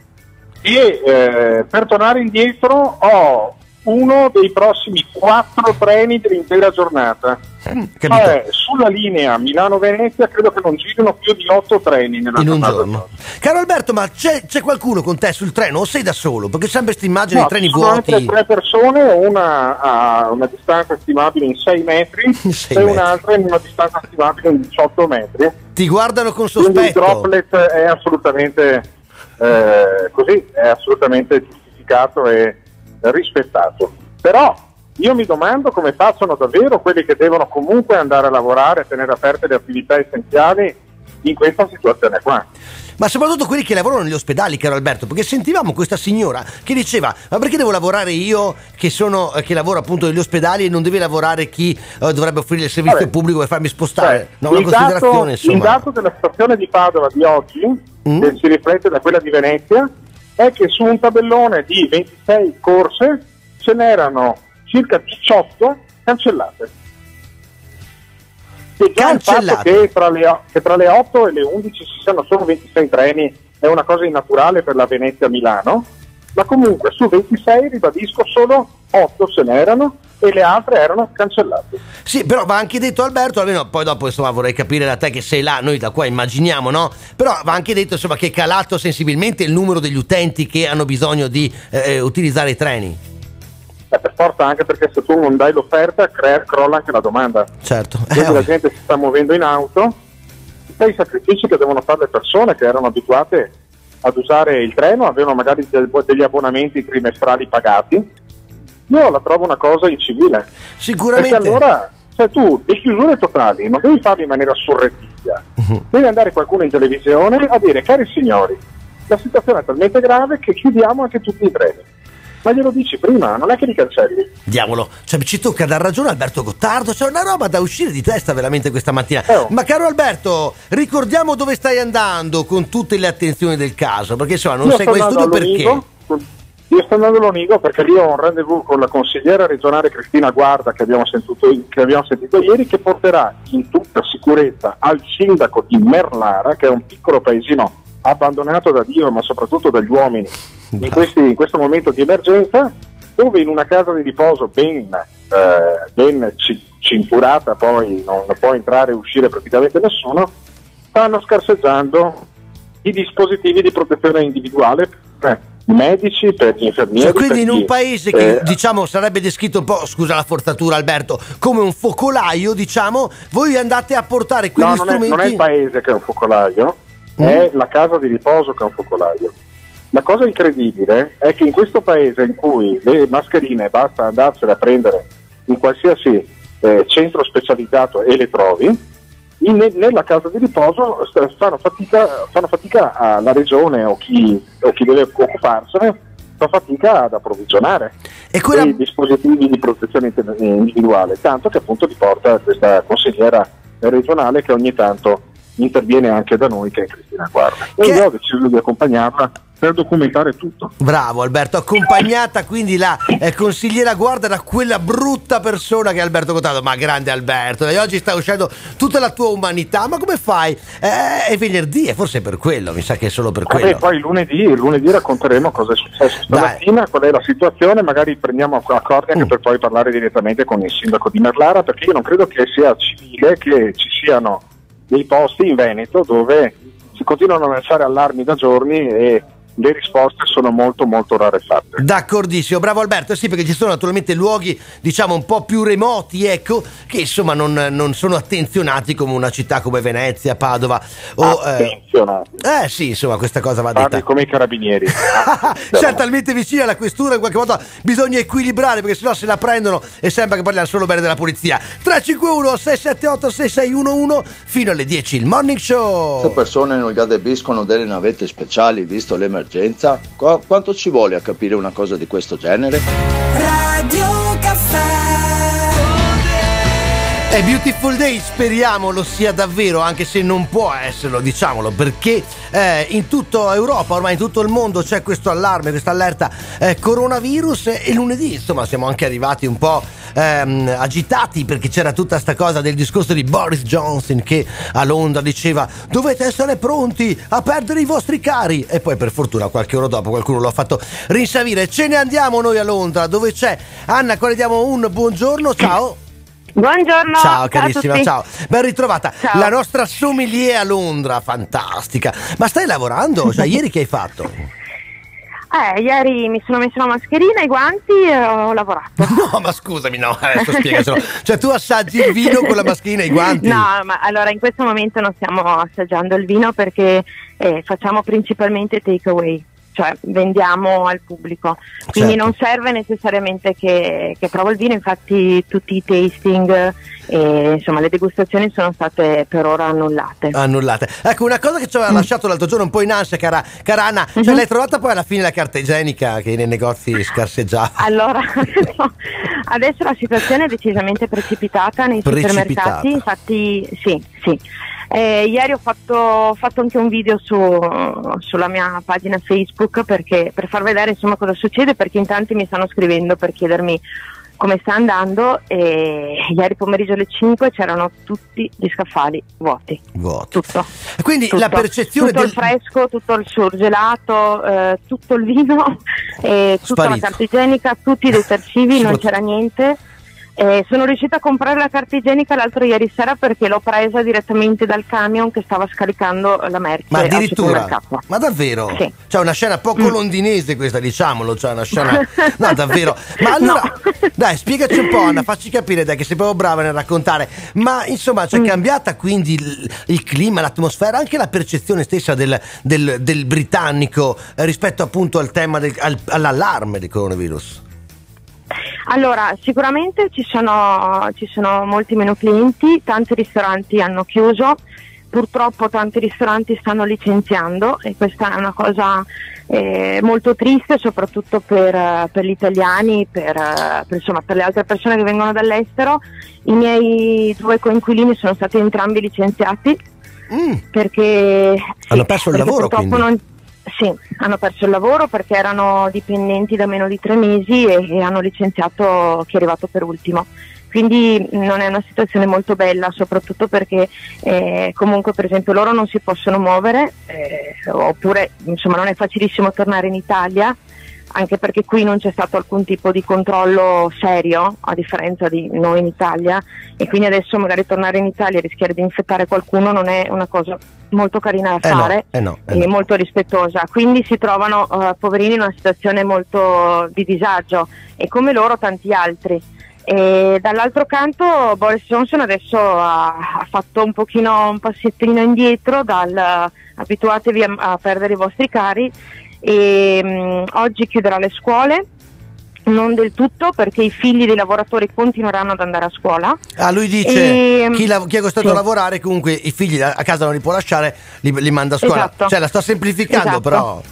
E eh, per tornare indietro ho uno dei prossimi quattro treni dell'intera giornata. Cioè, sulla linea Milano-Venezia credo che non girino più di otto treni nella in un giornata. giorno. Caro Alberto, ma c'è, c'è qualcuno con te sul treno o sei da solo? Perché sempre questa immagine No, di treni sono vuoti. anche tre persone, una a una distanza stimabile in sei metri sei e metri. un'altra in una distanza stimabile in diciotto metri. Ti guardano con Quindi il sospetto. droplet è assolutamente eh, così, è assolutamente giustificato e rispettato. Però io mi domando come facciano davvero quelli che devono comunque andare a lavorare, tenere aperte le attività essenziali in questa situazione qua. Ma soprattutto quelli che lavorano negli ospedali, caro Alberto, perché sentivamo questa signora che diceva: ma perché devo lavorare io che sono che lavoro appunto negli ospedali e non deve lavorare chi eh, dovrebbe offrire il servizio Vabbè. pubblico per farmi spostare? Cioè, no, una il, considerazione, dato, insomma. il dato della stazione di Padova di oggi, Mm. che si riflette da quella di Venezia, è che su un tabellone di ventisei corse ce n'erano circa diciotto cancellate. E già il fatto che tra, le, che tra le otto e le undici ci siano solo ventisei treni è una cosa innaturale per la Venezia-Milano, ma comunque su ventisei, ribadisco, solo otto se n'erano e le altre erano cancellate. Sì, però va anche detto, Alberto, almeno poi dopo insomma vorrei capire da te che sei là, noi da qua immaginiamo, no? Però va anche detto insomma che è calato sensibilmente il numero degli utenti che hanno bisogno di eh, utilizzare i treni. Eh, per forza, anche perché se tu non dai l'offerta crea, crolla anche la domanda. Certo. Quindi eh, la gente si sta muovendo in auto, i sacrifici che devono fare le persone che erano abituate ad usare il treno, avevano magari degli abbonamenti trimestrali pagati. Io la trovo una cosa incivile. Sicuramente. Perché allora, cioè tu, le chiusure totali non devi farle in maniera surrettizia. Uh-huh. Deve andare qualcuno in televisione a dire: cari signori, la situazione è talmente grave che chiudiamo anche tutti i treni. Ma glielo dici prima, non è che li cancelli. Diavolo, cioè ci tocca dar ragione a Alberto Gottardo, c'è una roba da uscire di testa veramente questa mattina. Eh, oh. Ma caro Alberto, ricordiamo dove stai andando con tutte le attenzioni del caso, perché insomma non Io sei qua in studio perché? Io sto andando all'Onigo perché lì ho un rendezvous con la consigliera regionale Cristina Guarda che abbiamo sentito, che abbiamo sentito ieri, che porterà in tutta sicurezza al sindaco di Merlara, che è un piccolo paesino abbandonato da Dio ma soprattutto dagli uomini in, questi, in questo momento di emergenza, dove in una casa di riposo ben, eh, ben c- cinturata, poi non può entrare e uscire praticamente nessuno, stanno scarseggiando i dispositivi di protezione individuale per medici, per gli infermieri. Cioè, quindi in un chi, paese che eh, diciamo sarebbe descritto un po', scusa la forzatura Alberto, come un focolaio, diciamo, voi andate a portare quegli no, non strumenti. È, non è il paese che è un focolaio, mm. è la casa di riposo che è un focolaio. La cosa incredibile è che in questo paese in cui le mascherine basta andarsene a prendere in qualsiasi eh, centro specializzato e le trovi, in, nella casa di riposo fanno fatica, fanno fatica alla regione o chi, o chi deve occuparsene, fa fatica ad approvvigionare e quella... i dispositivi di protezione individuale, tanto che appunto ti porta questa consigliera regionale che ogni tanto interviene anche da noi, che è Cristina Guarda. E che... io ho deciso di accompagnarla per documentare tutto. Bravo Alberto, accompagnata quindi la eh, consigliera Guarda da quella brutta persona che è Alberto Gottardo. Ma grande Alberto, e oggi sta uscendo tutta la tua umanità, ma come fai? Eh, è venerdì e forse è per quello, mi sa che è solo per quello. E poi lunedì, lunedì racconteremo cosa è successo stamattina, qual è la situazione, magari prendiamo accordi anche mm. per poi parlare direttamente con il sindaco di Merlara, perché io non credo che sia civile che ci siano dei posti in Veneto dove si continuano a lanciare allarmi da giorni e le risposte sono molto molto rarefatte. D'accordissimo, bravo Alberto. Sì, perché ci sono naturalmente luoghi diciamo un po' più remoti, ecco, che insomma non, non sono attenzionati come una città come Venezia, Padova o, attenzionati eh, eh sì, insomma questa cosa va detta. Parli come i carabinieri. Siamo talmente vicini alla questura, in qualche modo bisogna equilibrare, perché sennò se la prendono e sembra che parliamo solo bene della polizia. Tre cinque uno sei sette otto sei sei uno uno fino alle dieci il Morning Show. Se persone non adebiscono delle navette speciali visto l'emergenza, Qu- quanto ci vuole a capire una cosa di questo genere? Radio Caffè. È Beautiful Day, speriamo lo sia davvero, anche se non può esserlo, diciamolo, perché eh, in tutta Europa, ormai in tutto il mondo c'è questo allarme, questa allerta eh, coronavirus, e lunedì insomma siamo anche arrivati un po' ehm, agitati, perché c'era tutta sta cosa del discorso di Boris Johnson che a Londra diceva dovete essere pronti a perdere i vostri cari, e poi per fortuna qualche ora dopo qualcuno lo ha fatto rinsavire. Ce ne andiamo noi a Londra, dove c'è Anna, a quale diamo un buongiorno. Ciao. Buongiorno. Ciao carissima, ciao, ben ritrovata. Ciao. La nostra sommelier a Londra, fantastica. Ma stai lavorando? Cioè, ieri che hai fatto? Eh, ieri mi sono messo la mascherina, i guanti e ho lavorato. No, ma scusami, no, adesso spiegacelo. Cioè, tu assaggi il vino con la mascherina e i guanti? No, ma allora in questo momento non stiamo assaggiando il vino perché eh, facciamo principalmente take away. Cioè vendiamo al pubblico, quindi certo. Non serve necessariamente che, che provo il vino, infatti tutti i tasting e insomma le degustazioni sono state per ora annullate. Annullate. Ecco, una cosa che ci aveva mm. lasciato l'altro giorno un po' in ansia, cara, cara Anna, cioè mm-hmm. l'hai trovata poi alla fine la carta igienica che nei negozi scarseggiava? Allora, no, adesso la situazione è decisamente precipitata nei precipitata. supermercati, infatti sì, sì. Eh, ieri ho fatto, ho fatto anche un video su, sulla mia pagina Facebook perché, per far vedere insomma cosa succede, perché in tanti mi stanno scrivendo per chiedermi come sta andando, e ieri pomeriggio alle cinque c'erano tutti gli scaffali vuoti. Vuoti. Tutto. Quindi tutto. la percezione tutto del... il fresco, tutto il surgelato, eh, tutto il vino, eh, tutta Sparito. la carta igienica, tutti i detersivi, non c'era niente. Eh, sono riuscita a comprare la carta igienica l'altro ieri sera perché l'ho presa direttamente dal camion che stava scaricando la merce. Ma al addirittura? supermercato. Ma davvero? Sì. Cioè una scena poco Mm. londinese questa, diciamolo, cioè una scena... No, davvero. Ma allora, dai, spiegaci un po', Anna, facci capire, dai, che sei proprio brava nel raccontare. Ma insomma, c'è Mm. cambiata quindi il, il clima, l'atmosfera, anche la percezione stessa del, del, del britannico eh, rispetto appunto al tema del, al, all'allarme del coronavirus? Allora, sicuramente ci sono, ci sono molti meno clienti, tanti ristoranti hanno chiuso, purtroppo tanti ristoranti stanno licenziando e questa è una cosa eh, molto triste, soprattutto per, per gli italiani, per, per, insomma, per le altre persone che vengono dall'estero. I miei due coinquilini sono stati entrambi licenziati mm. perché hanno sì, perso il perché lavoro, purtroppo quindi? non, sì, hanno perso il lavoro perché erano dipendenti da meno di tre mesi e, e hanno licenziato chi è arrivato per ultimo. Quindi non è una situazione molto bella, soprattutto perché eh, comunque per esempio loro non si possono muovere, eh, oppure insomma non è facilissimo tornare in Italia, anche perché qui non c'è stato alcun tipo di controllo serio, a differenza di noi in Italia, e quindi adesso magari tornare in Italia e rischiare di infettare qualcuno non è una cosa molto carina da Eh no, fare eh no, eh e no. molto rispettosa, quindi si trovano eh, poverini in una situazione molto di disagio, e come loro tanti altri. E dall'altro canto Boris Johnson adesso ha, ha fatto un pochino un passettino indietro dal abituatevi a, a perdere i vostri cari, e mh, oggi chiuderà le scuole, non del tutto perché i figli dei lavoratori continueranno ad andare a scuola. Ah, lui dice E, chi, la, chi è costretto sì. a lavorare comunque i figli a casa non li può lasciare, li, li manda a scuola. Esatto. Cioè la sto semplificando, Esatto. però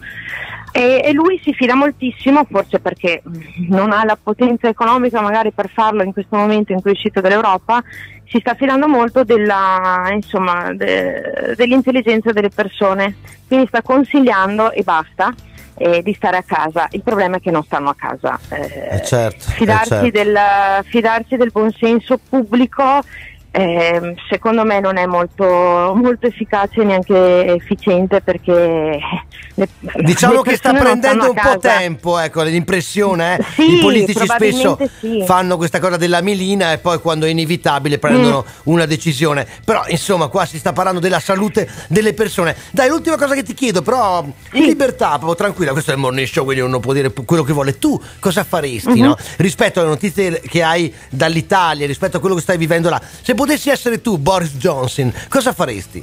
E, e lui si fida moltissimo, forse perché non ha la potenza economica magari per farlo in questo momento in cui è uscito dall'Europa, si sta fidando molto della, insomma, de, dell'intelligenza delle persone, quindi sta consigliando e basta eh, di stare a casa. Il problema è che non stanno a casa. Eh, eh certo, fidarsi, eh certo. del, fidarsi del buonsenso pubblico eh, secondo me non è molto, molto efficace e neanche efficiente, perché le, diciamo le che sta persone non prendendo un stanno a po' casa. tempo, ecco, l'impressione eh? Sì, I politici spesso probabilmente sì. fanno questa cosa della milina e poi quando è inevitabile prendono mm. una decisione. Però insomma qua si sta parlando della salute delle persone. Dai, l'ultima cosa che ti chiedo, però in libertà, proprio tranquilla, questo è il Morning Show, quindi uno può dire quello che vuole. Tu cosa faresti, Mm-hmm. no? Rispetto alle notizie che hai dall'Italia, rispetto a quello che stai vivendo là, se potessi essere tu Boris Johnson, cosa faresti?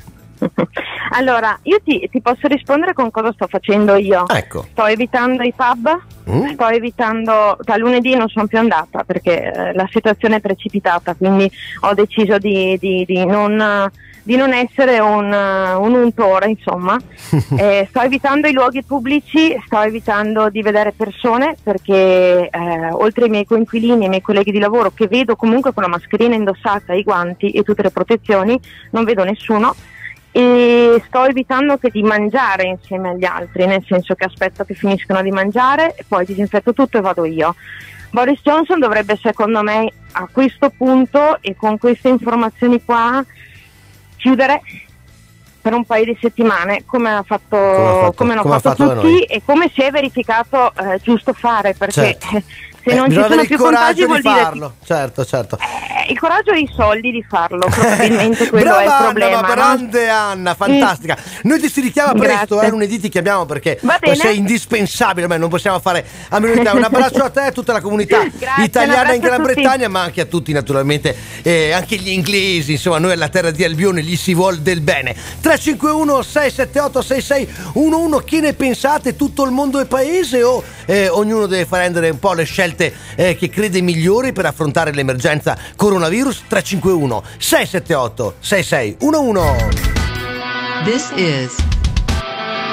Allora, io ti, ti posso rispondere con cosa sto facendo io. Ecco. Sto evitando i pub, Mm. sto evitando, da lunedì non sono più andata perché eh, la situazione è precipitata, quindi ho deciso di, di, di non... di non essere un, un untore, insomma. Eh, sto evitando i luoghi pubblici, sto evitando di vedere persone perché eh, oltre ai miei coinquilini e ai miei colleghi di lavoro, che vedo comunque con la mascherina indossata, i guanti e tutte le protezioni, non vedo nessuno. E sto evitando che di mangiare insieme agli altri, nel senso che aspetto che finiscano di mangiare e poi disinfetto tutto e vado io. Boris Johnson dovrebbe, secondo me, a questo punto e con queste informazioni qua, chiudere per un paio di settimane, come ha fatto, Come ha fatto- come hanno come ha fatto, fatto da tutti noi. e come si è verificato eh, giusto fare, perché Certo. eh, se Eh, non ci bisogna sono avere più il coraggio contagi di vuol dire farlo. Certo, certo. eh, il coraggio e i soldi di farlo, probabilmente quello Brava è il Anna, problema, ma no? grande Anna, fantastica. Noi ti si richiama presto, Grazie. eh, lunedì ti chiamiamo perché Va bene. sei indispensabile, beh, non possiamo fare a meno di te. Un abbraccio a te e a tutta la comunità Grazie, italiana un in Gran abbraccio a tutti. Bretagna, ma anche a tutti naturalmente, eh, anche gli inglesi, insomma, noi alla terra di Albione gli si vuol del bene. tre cinque uno sei sette otto sei sei uno uno, che ne pensate? Tutto il mondo è paese o eh, ognuno deve fare rendere un po' le scelte eh, che crede migliori per affrontare l'emergenza coronavirus? Tre cinque uno sei sette otto sei sei uno uno. This is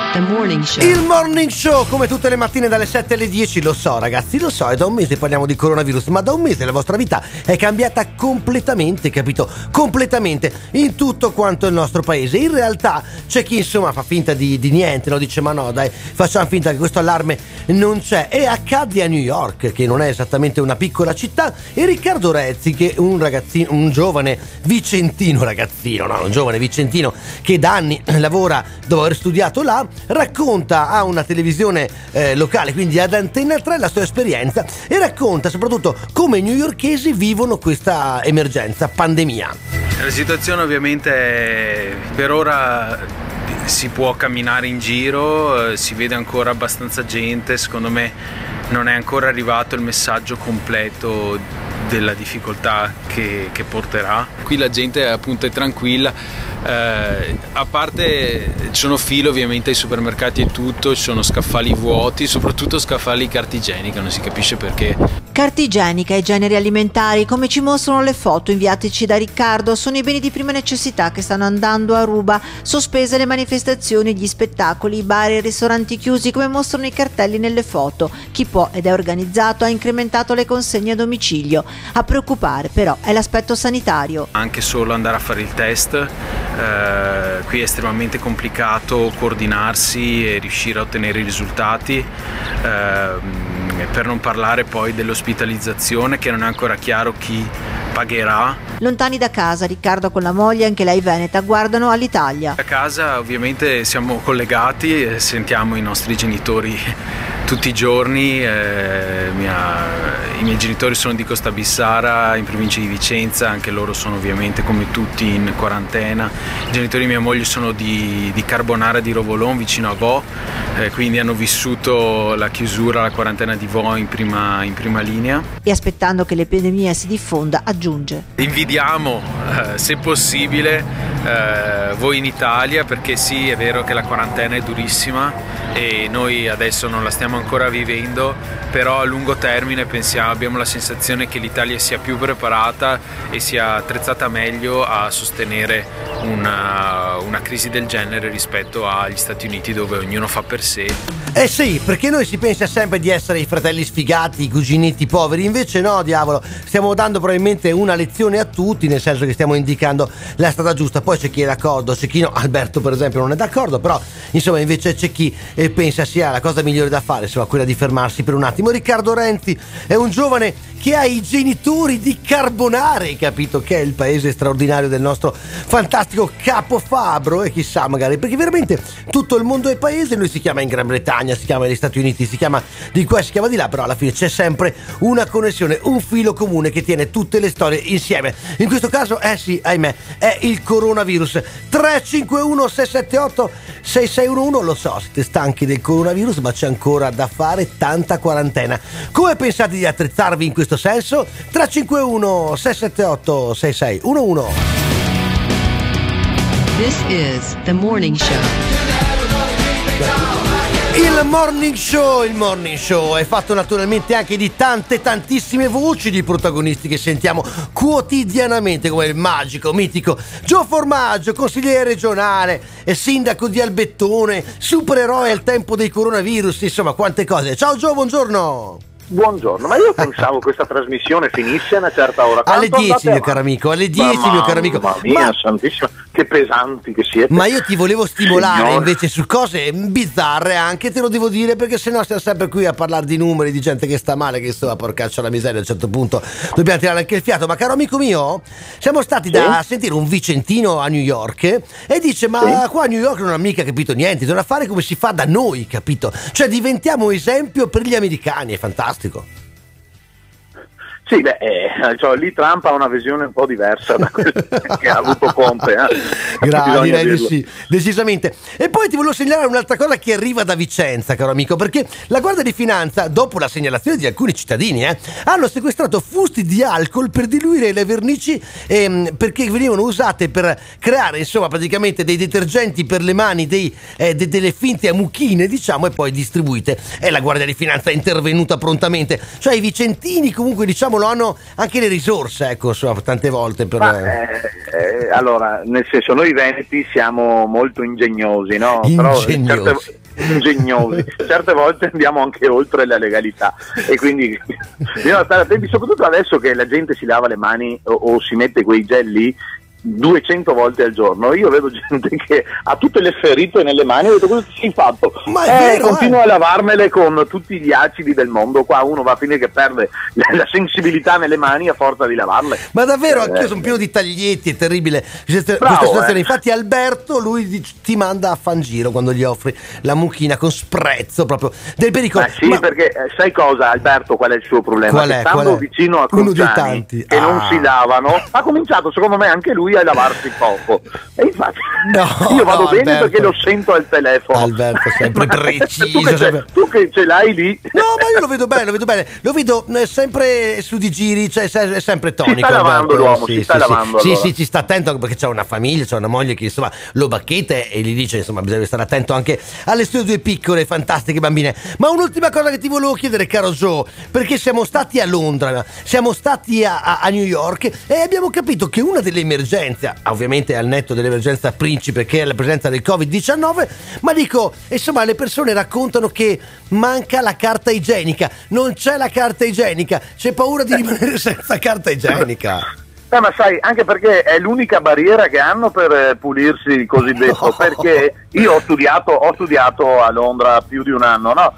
The Morning Show. Il Morning Show, come tutte le mattine dalle sette alle dieci, lo so ragazzi, lo so, è da un mese parliamo di coronavirus, ma da un mese la vostra vita è cambiata completamente, capito? Completamente, in tutto quanto il nostro paese. In realtà c'è chi insomma fa finta di, di niente, no? Dice ma no dai, facciamo finta che questo allarme non c'è. E accadde a New York, che non è esattamente una piccola città, e Riccardo Rezzi, che è un ragazzino, un giovane vicentino ragazzino, no, un giovane vicentino che da anni lavora dopo aver studiato là, racconta a una televisione eh, locale, quindi ad Antenna tre, la sua esperienza e racconta soprattutto come i newyorkesi vivono questa emergenza, pandemia. La situazione ovviamente è, per ora si può camminare in giro, eh, si vede ancora abbastanza gente, secondo me non è ancora arrivato il messaggio completo della difficoltà che, che porterà. Qui la gente appunto è tranquilla, eh, a parte ci sono file ovviamente ai supermercati e tutto, ci sono scaffali vuoti, soprattutto scaffali carta igienica, non si capisce perché. Carta igienica e generi alimentari, come ci mostrano le foto inviateci da Riccardo, sono i beni di prima necessità che stanno andando a ruba. Sospese le manifestazioni, gli spettacoli, i bar e i ristoranti chiusi, come mostrano i cartelli nelle foto. Chi può ed è organizzato ha incrementato le consegne a domicilio. A preoccupare però è l'aspetto sanitario. Anche solo andare a fare il test, eh, qui è estremamente complicato coordinarsi e riuscire a ottenere i risultati, eh, per non parlare poi dell'ospitalizzazione, che non è ancora chiaro chi pagherà. Lontani da casa, Riccardo con la moglie, anche lei veneta, guardano all'Italia. A casa ovviamente siamo collegati e sentiamo i nostri genitori tutti i giorni, eh, mia, i miei genitori sono di Costabissara in provincia di Vicenza, anche loro sono ovviamente come tutti in quarantena. I genitori di mia moglie sono di, di Carbonara di Rovolon vicino a Vo, eh, quindi hanno vissuto la chiusura, la quarantena di Vo in prima, in prima linea. E aspettando che l'epidemia si diffonda, aggiunge: invidiamo eh, se possibile eh, voi in Italia, perché sì, è vero che la quarantena è durissima e noi adesso non la stiamo ancora vivendo, però a lungo termine pensiamo, abbiamo la sensazione che l'Italia sia più preparata e sia attrezzata meglio a sostenere una, una crisi del genere rispetto agli Stati Uniti, dove ognuno fa per sé. Eh sì, perché noi si pensa sempre di essere i fratelli sfigati, i cuginetti poveri, invece no, diavolo, stiamo dando probabilmente una lezione a tutti, nel senso che stiamo indicando la strada giusta. Poi c'è chi è d'accordo, c'è chi no, Alberto per esempio non è d'accordo, però insomma invece c'è chi eh, pensa sia la cosa migliore da fare, insomma quella di fermarsi per un attimo. Riccardo Renzi è un giovane che ha i genitori di Carbonara, hai capito, che è il paese straordinario del nostro fantastico Capo Fabbro, e chissà magari, perché veramente tutto il mondo è paese, lui si chiama in Gran Bretagna, si chiama negli Stati Uniti, si chiama di qua, si chiama di là, però alla fine c'è sempre una connessione, un filo comune che tiene tutte le storie insieme. In questo caso, eh sì, ahimè, è il coronavirus. Tre cinque uno sei sette otto sei sei uno uno, lo so, siete stanchi del coronavirus, ma c'è ancora da fare, tanta quarantena. Come pensate di attrezzarvi in questo senso? Tre cinque uno sei sette otto sei sei uno uno. This is the Morning Show. Il Morning Show, il Morning Show è fatto naturalmente anche di tante tantissime voci di protagonisti che sentiamo quotidianamente, come il magico, mitico Gio Formaggio, consigliere regionale e sindaco di Albettone, supereroe al tempo dei coronavirus, insomma quante cose. Ciao Gio, buongiorno. Buongiorno, ma io pensavo questa trasmissione finisse a una certa ora. Alle dieci, mio caro amico, alle dieci, mio caro amico. Mamma mia, ma... santissima, che pesanti che siete. Ma io ti volevo stimolare Signore. invece su cose bizzarre anche, te lo devo dire, perché sennò stiamo sempre qui a parlare di numeri, di gente che sta male, che sto a porcaccia la miseria, a un certo punto dobbiamo tirare anche il fiato. Ma caro amico mio, siamo stati sì? da sentire un vicentino a New York e dice ma sì? qua a New York non ha mica capito niente, bisogna fare come si fa da noi, capito? Cioè diventiamo esempio per gli americani, è fantastico. Sì, beh, eh, cioè, lì Trump ha una visione un po' diversa da quella che ha avuto Conte. Eh? Grazie, direi di sì, decisamente. E poi ti volevo segnalare un'altra cosa che arriva da Vicenza, caro amico, perché la Guardia di Finanza, dopo la segnalazione di alcuni cittadini, eh, hanno sequestrato fusti di alcol per diluire le vernici, ehm, perché venivano usate per creare, insomma, praticamente dei detergenti per le mani, dei, eh, de- delle finte amuchine, diciamo, e poi distribuite. E la Guardia di Finanza è intervenuta prontamente. Cioè i vicentini, comunque, diciamo, hanno anche le risorse, ecco, insomma, tante volte per... Ma, eh, eh, allora, nel senso, noi veneti siamo molto ingegnosi, no? Ingegnosi. Però certe, ingegnosi, certe volte andiamo anche oltre la legalità e quindi bisogna stare attenti, soprattutto adesso che la gente si lava le mani o, o si mette quei gel lì duecento volte al giorno. Io vedo gente che ha tutte le ferite nelle mani e ho detto: cosa ti sei fatto? Ma è eh, vero, continuo eh. a lavarmele con tutti gli acidi del mondo. Qua uno va a finire che perde la, la sensibilità nelle mani a forza di lavarle. Ma davvero, eh, anch'io sono pieno di taglietti, è terribile questa, Bravo, questa situazione. eh. Infatti Alberto, lui dic- ti manda a fangiro quando gli offri la mucchina con sprezzo proprio del pericolo. Ma sì, Ma- perché eh, sai cosa, Alberto, qual è il suo problema? Qual Che è? stando Qual è? vicino a Uno dei Cruciani, tanti. che Ah. non si lavano, ha cominciato secondo me anche lui a lavarsi poco. E infatti No, io vado no, bene Alberto. perché lo sento al telefono. Alberto sempre Ma- preciso, tu, che ce, sempre- tu che ce l'hai lì. No, ma io lo vedo bene, lo vedo bene. Lo vedo eh, sempre su di giri, cioè se- è sempre tonico. sta lavando Alberto. l'uomo, sì, si sta sì, lavando, Sì, allora. sì, ci sta attento anche perché c'ha una famiglia, c'ha una moglie che insomma lo bacchetta e gli dice insomma bisogna stare attento anche alle sue due piccole fantastiche bambine. Ma un'ultima cosa che ti volevo chiedere, caro Joe, perché siamo stati a Londra, siamo stati a, a- a New York e abbiamo capito che una delle emergenze, ovviamente al netto dell'emergenza principe che è la presenza del covid diciannove, ma dico, insomma le persone raccontano che manca la carta igienica, non c'è la carta igienica, c'è paura di rimanere senza carta igienica. Eh, ma sai, anche perché è l'unica barriera che hanno per eh, pulirsi il cosiddetto, No. perché io ho studiato, ho studiato a Londra più di un anno, no?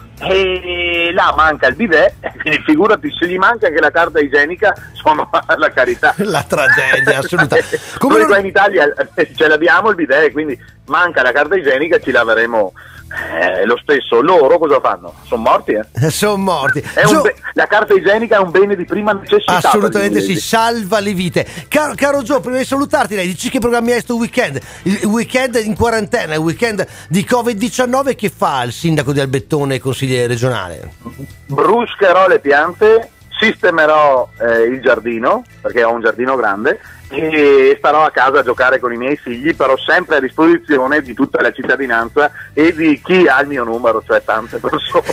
E là manca il bidet, quindi figurati se gli manca anche la carta igienica, sono alla carità. La tragedia assoluta. Come Noi non- qua in Italia eh, ce l'abbiamo il bidet, quindi manca la carta igienica, ci laveremo eh, lo stesso. Loro cosa fanno? Sono morti, eh? Sono morti. È un Gio- be- la carta igienica è un bene di prima necessità. per Assolutamente gli sì, inglesi. salva le vite. Caro, caro Gio, prima di salutarti, lei dici che programmi hai sto weekend? Il weekend in quarantena, il weekend di covid diciannove, che fa il sindaco di Albettone e consigliere regionale? Bruscherò le piante, sistemerò eh, il giardino, perché ho un giardino grande, e starò a casa a giocare con i miei figli, però sempre a disposizione di tutta la cittadinanza e di chi ha il mio numero, cioè tante persone.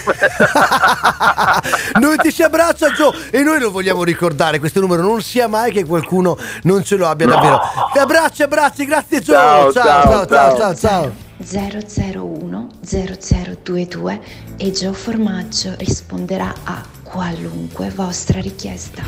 Noi ti si abbraccia, Gio, e noi lo vogliamo ricordare, questo numero non sia mai che qualcuno non ce lo abbia No. davvero. Ti abbracci, abbracci, grazie Gio. Ciao, ciao, ciao, ciao, ciao, ciao, ciao. ciao. zero zero uno zero zero due due e Gio Formaggio risponderà a qualunque vostra richiesta.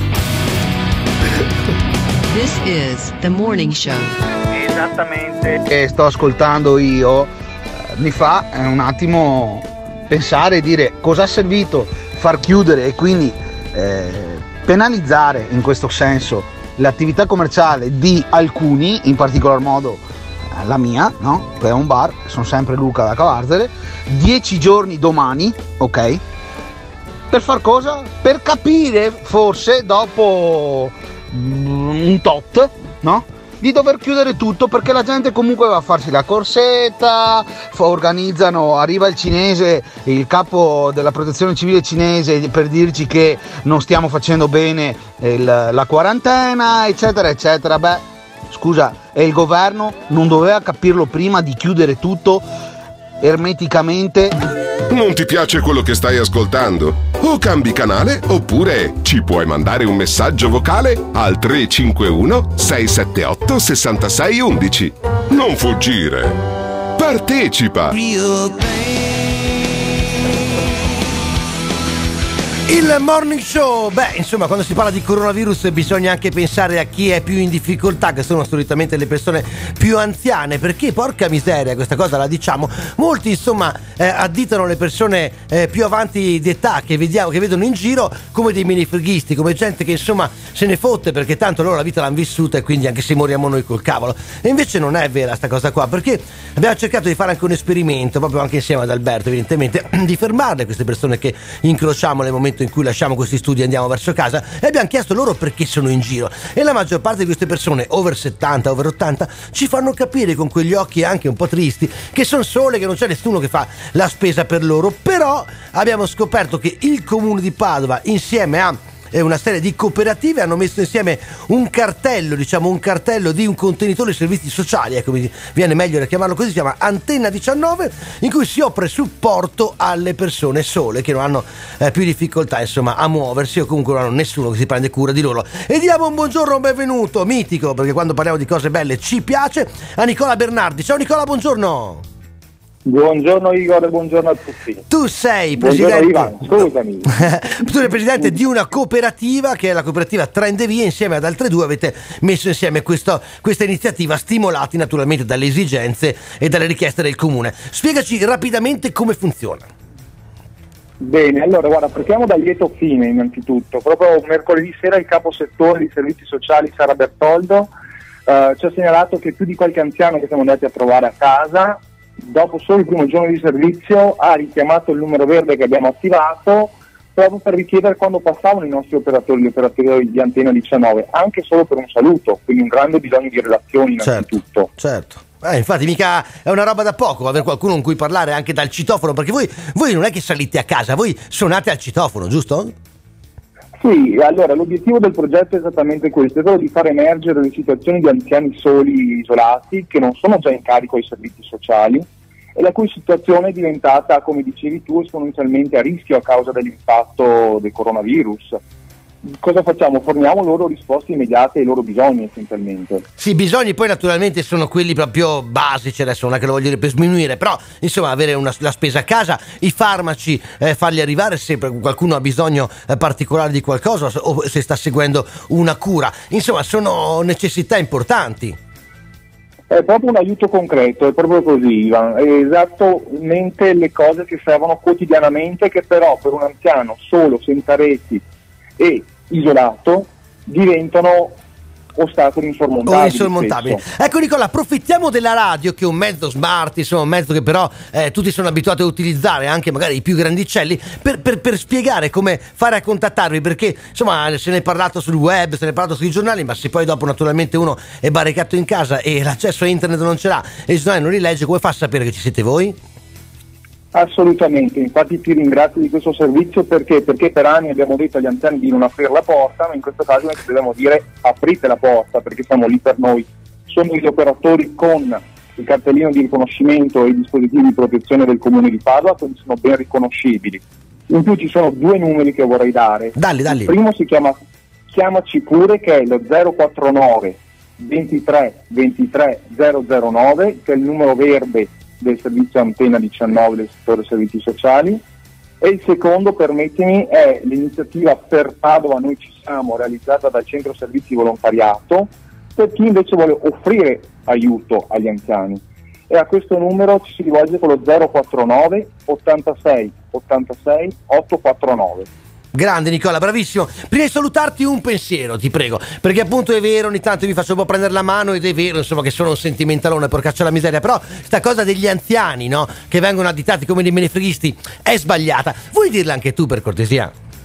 This is the morning show. Esattamente. Che sto ascoltando io eh, mi fa eh, un attimo pensare e dire cosa ha servito far chiudere e quindi eh, penalizzare in questo senso l'attività commerciale di alcuni, in particolar modo eh, la mia, no? Che è un bar, sono sempre Luca da Cavarzere, dieci giorni domani, ok? Per far cosa? Per capire forse dopo mm, un tot, no? Di dover chiudere tutto perché la gente comunque va a farsi la corsetta, fa- organizzano, arriva il cinese, il capo della protezione civile cinese per dirci che non stiamo facendo bene il- la quarantena, eccetera, eccetera. Beh, scusa, e il governo non doveva capirlo prima di chiudere tutto ermeticamente? Non ti piace quello che stai ascoltando? O cambi canale oppure ci puoi mandare un messaggio vocale al tre cinque uno sei sette otto sei sei uno uno. Non fuggire. Partecipa. Il morning show, beh, insomma, quando si parla di coronavirus bisogna anche pensare a chi è più in difficoltà, che sono solitamente le persone più anziane, perché porca miseria, questa cosa la diciamo, molti insomma eh, additano le persone eh, più avanti d'età che vediamo, che vedono in giro come dei mini freghisti, come gente che insomma se ne fotte perché tanto loro la vita l'hanno vissuta e quindi anche se moriamo noi col cavolo. E invece non è vera sta cosa qua, perché abbiamo cercato di fare anche un esperimento, proprio anche insieme ad Alberto evidentemente, di fermarle queste persone che incrociamo nel momento in cui lasciamo questi studi e andiamo verso casa, e abbiamo chiesto loro perché sono in giro, e la maggior parte di queste persone over settanta, over ottanta ci fanno capire con quegli occhi anche un po' tristi che sono sole, che non c'è nessuno che fa la spesa per loro. Però abbiamo scoperto che il comune di Padova insieme a e una serie di cooperative hanno messo insieme un cartello, diciamo un cartello di un contenitore di servizi sociali, ecco, mi viene meglio da chiamarlo così, si chiama Antenna diciannove, in cui si offre supporto alle persone sole che non hanno eh, più difficoltà insomma a muoversi, o comunque non hanno nessuno che si prende cura di loro. E diamo un buongiorno, un benvenuto mitico, perché quando parliamo di cose belle ci piace, a Nicola Bernardi. Ciao Nicola, buongiorno. Buongiorno Igor e buongiorno a tutti. Tu sei Buongiorno presidente. Ivan, scusami. Tu sei presidente di una cooperativa che è la cooperativa Trend Via, insieme ad altre due avete messo insieme questo, questa iniziativa, stimolati naturalmente dalle esigenze e dalle richieste del comune. Spiegaci rapidamente come funziona. Bene, allora guarda, partiamo da lieto fine innanzitutto. Proprio mercoledì sera il capo settore di servizi sociali Sara Bertoldo eh, ci ha segnalato che più di qualche anziano che siamo andati a trovare a casa, dopo solo il primo giorno di servizio ha richiamato il numero verde che abbiamo attivato proprio per richiedere quando passavano i nostri operatori, gli operatori di Antena diciannove, anche solo per un saluto, quindi un grande bisogno di relazioni innanzitutto. Certo, certo. Eh, infatti mica è una roba da poco avere qualcuno con cui parlare anche dal citofono, perché voi, voi non è che salite a casa, voi suonate al citofono, giusto? Sì, allora l'obiettivo del progetto è esattamente questo, è quello di far emergere le situazioni di anziani soli, isolati, che non sono già in carico ai servizi sociali e la cui situazione è diventata, come dicevi tu, esponenzialmente a rischio a causa dell'impatto del coronavirus. Cosa facciamo? Forniamo loro risposte immediate ai loro bisogni essenzialmente. Sì, i bisogni poi naturalmente sono quelli proprio basici, adesso non è che lo voglio dire per sminuire, però insomma avere una, la spesa a casa, i farmaci, eh, farli arrivare se qualcuno ha bisogno eh, particolare di qualcosa o se sta seguendo una cura, insomma sono necessità importanti. È proprio un aiuto concreto, è proprio così Ivan, è esattamente le cose che servono quotidianamente, che però per un anziano solo, senza reti e isolato diventano ostacoli insormontabili. O insormontabili. Ecco Nicola, approfittiamo della radio che è un mezzo smart, insomma un mezzo che però eh, tutti sono abituati a utilizzare, anche magari i più grandicelli, per, per, per spiegare come fare a contattarvi, perché insomma se ne è parlato sul web, se ne è parlato sui giornali, ma se poi dopo naturalmente uno è barricato in casa e l'accesso a internet non ce l'ha e i giornali non li legge, come fa a sapere che ci siete voi? Assolutamente, infatti ti ringrazio di questo servizio perché, perché per anni abbiamo detto agli anziani di non aprire la porta, ma in questo caso noi dobbiamo dire aprite la porta perché siamo lì per noi. Sono gli operatori con il cartellino di riconoscimento e i dispositivi di protezione del comune di Padova, quindi sono ben riconoscibili. In più ci sono due numeri che vorrei dare. Dalli, dalli. Il primo si chiama Chiamaci pure, che è lo zero quattro nove ventitré ventitré zero zero nove, che è il numero verde del servizio Antena diciannove del settore servizi sociali, e il secondo, permettimi, è l'iniziativa Per Padova Noi Ci Siamo, realizzata dal Centro Servizi Volontariato, per chi invece vuole offrire aiuto agli anziani, e a questo numero ci si rivolge con lo zero quattro nove ottantasei ottantasei ottocentoquarantanove. Grande Nicola, bravissimo. Prima di salutarti un pensiero, ti prego, perché appunto è vero, ogni tanto vi faccio un po' prendere la mano ed è vero insomma che sono un sentimentalone, porcaccia la miseria, però sta cosa degli anziani, no, che vengono additati come dei menefreghisti è sbagliata. Vuoi dirla anche tu per cortesia?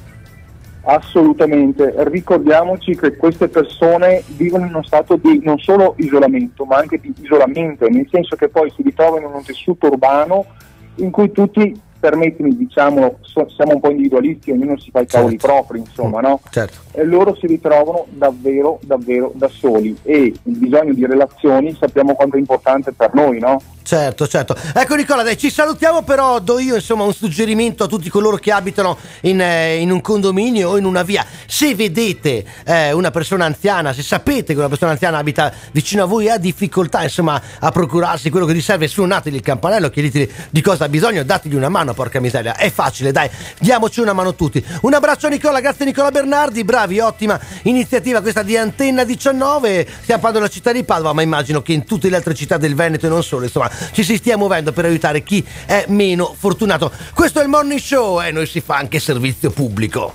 Assolutamente, ricordiamoci che queste persone vivono in uno stato di non solo isolamento ma anche di isolamento, nel senso che poi si ritrovano in un tessuto urbano in cui tutti, permettimi, diciamo, so, siamo un po' individualisti, ognuno si fa i cavoli certo. propri, insomma, no? Certo. E loro si ritrovano davvero, davvero da soli, e il bisogno di relazioni sappiamo quanto è importante per noi, no? Certo, certo. Ecco Nicola, dai, ci salutiamo, però do io insomma un suggerimento a tutti coloro che abitano in, eh, in un condominio o in una via. Se vedete eh, una persona anziana, se sapete che una persona anziana abita vicino a voi e ha difficoltà insomma a procurarsi quello che gli serve, suonategli il campanello, chiedeteli di cosa ha bisogno, dategli una mano, porca miseria. È facile, dai, diamoci una mano tutti. Un abbraccio a Nicola, grazie Nicola Bernardi, bravi, ottima iniziativa questa di Antena diciannove. Stiamo parlando della città di Padova, ma immagino che in tutte le altre città del Veneto e non solo, insomma, ci si stia muovendo per aiutare chi è meno fortunato. Questo è il Morning Show e noi si fa anche servizio pubblico.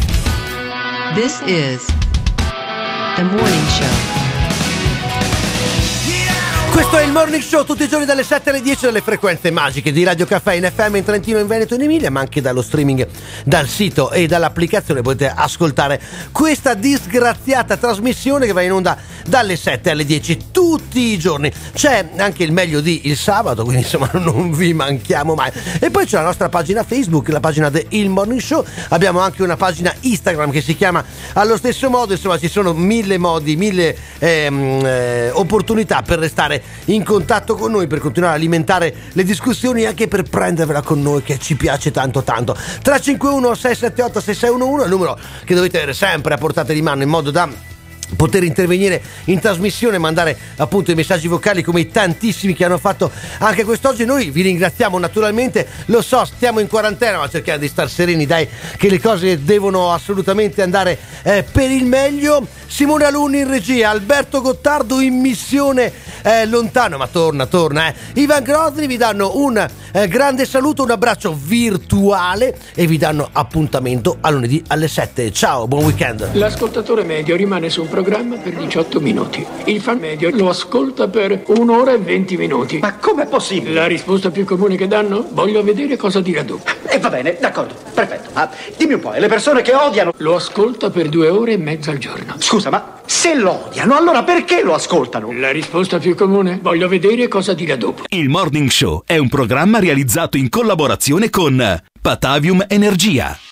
This is the Morning Show. Questo è il Morning Show tutti i giorni dalle sette alle dieci dalle frequenze magiche di Radio Caffè in F M in Trentino, in Veneto e in Emilia, ma anche dallo streaming, dal sito e dall'applicazione potete ascoltare questa disgraziata trasmissione che va in onda dalle sette alle dieci tutti i giorni. C'è anche il meglio di il sabato, quindi insomma non vi manchiamo mai. E poi c'è la nostra pagina Facebook, la pagina del Il Morning Show. Abbiamo anche una pagina Instagram che si chiama allo stesso modo. Insomma ci sono mille modi, mille ehm, eh, opportunità per restare in contatto con noi, per continuare a alimentare le discussioni e anche per prendervela con noi, che ci piace tanto tanto. Tre cinque uno sei sette otto sei sei uno uno è il numero che dovete avere sempre a portata di mano in modo da poter intervenire in trasmissione, mandare appunto i messaggi vocali come i tantissimi che hanno fatto anche quest'oggi. Noi vi ringraziamo naturalmente, lo so, stiamo in quarantena, ma cerchiamo di star sereni, dai, che le cose devono assolutamente andare eh, per il meglio. Simone Alunni in regia, Alberto Gottardo in missione eh, lontano, ma torna, torna eh. Ivan Grozny vi danno un eh, grande saluto, un abbraccio virtuale e vi danno appuntamento a lunedì alle sette. Ciao, buon weekend. L'ascoltatore medio rimane su un programma per diciotto minuti. Il fan medio lo ascolta per un'ora e venti minuti. Ma com'è possibile? La risposta più comune che danno? Voglio vedere cosa dirà dopo. E eh, va bene, d'accordo, perfetto. Ma dimmi un po', e le persone che odiano? Lo ascolta per due ore e mezza al giorno. Scusa, ma se lo odiano, allora perché lo ascoltano? La risposta più comune? Voglio vedere cosa dirà dopo. Il Morning Show è un programma realizzato in collaborazione con Patavium Energia.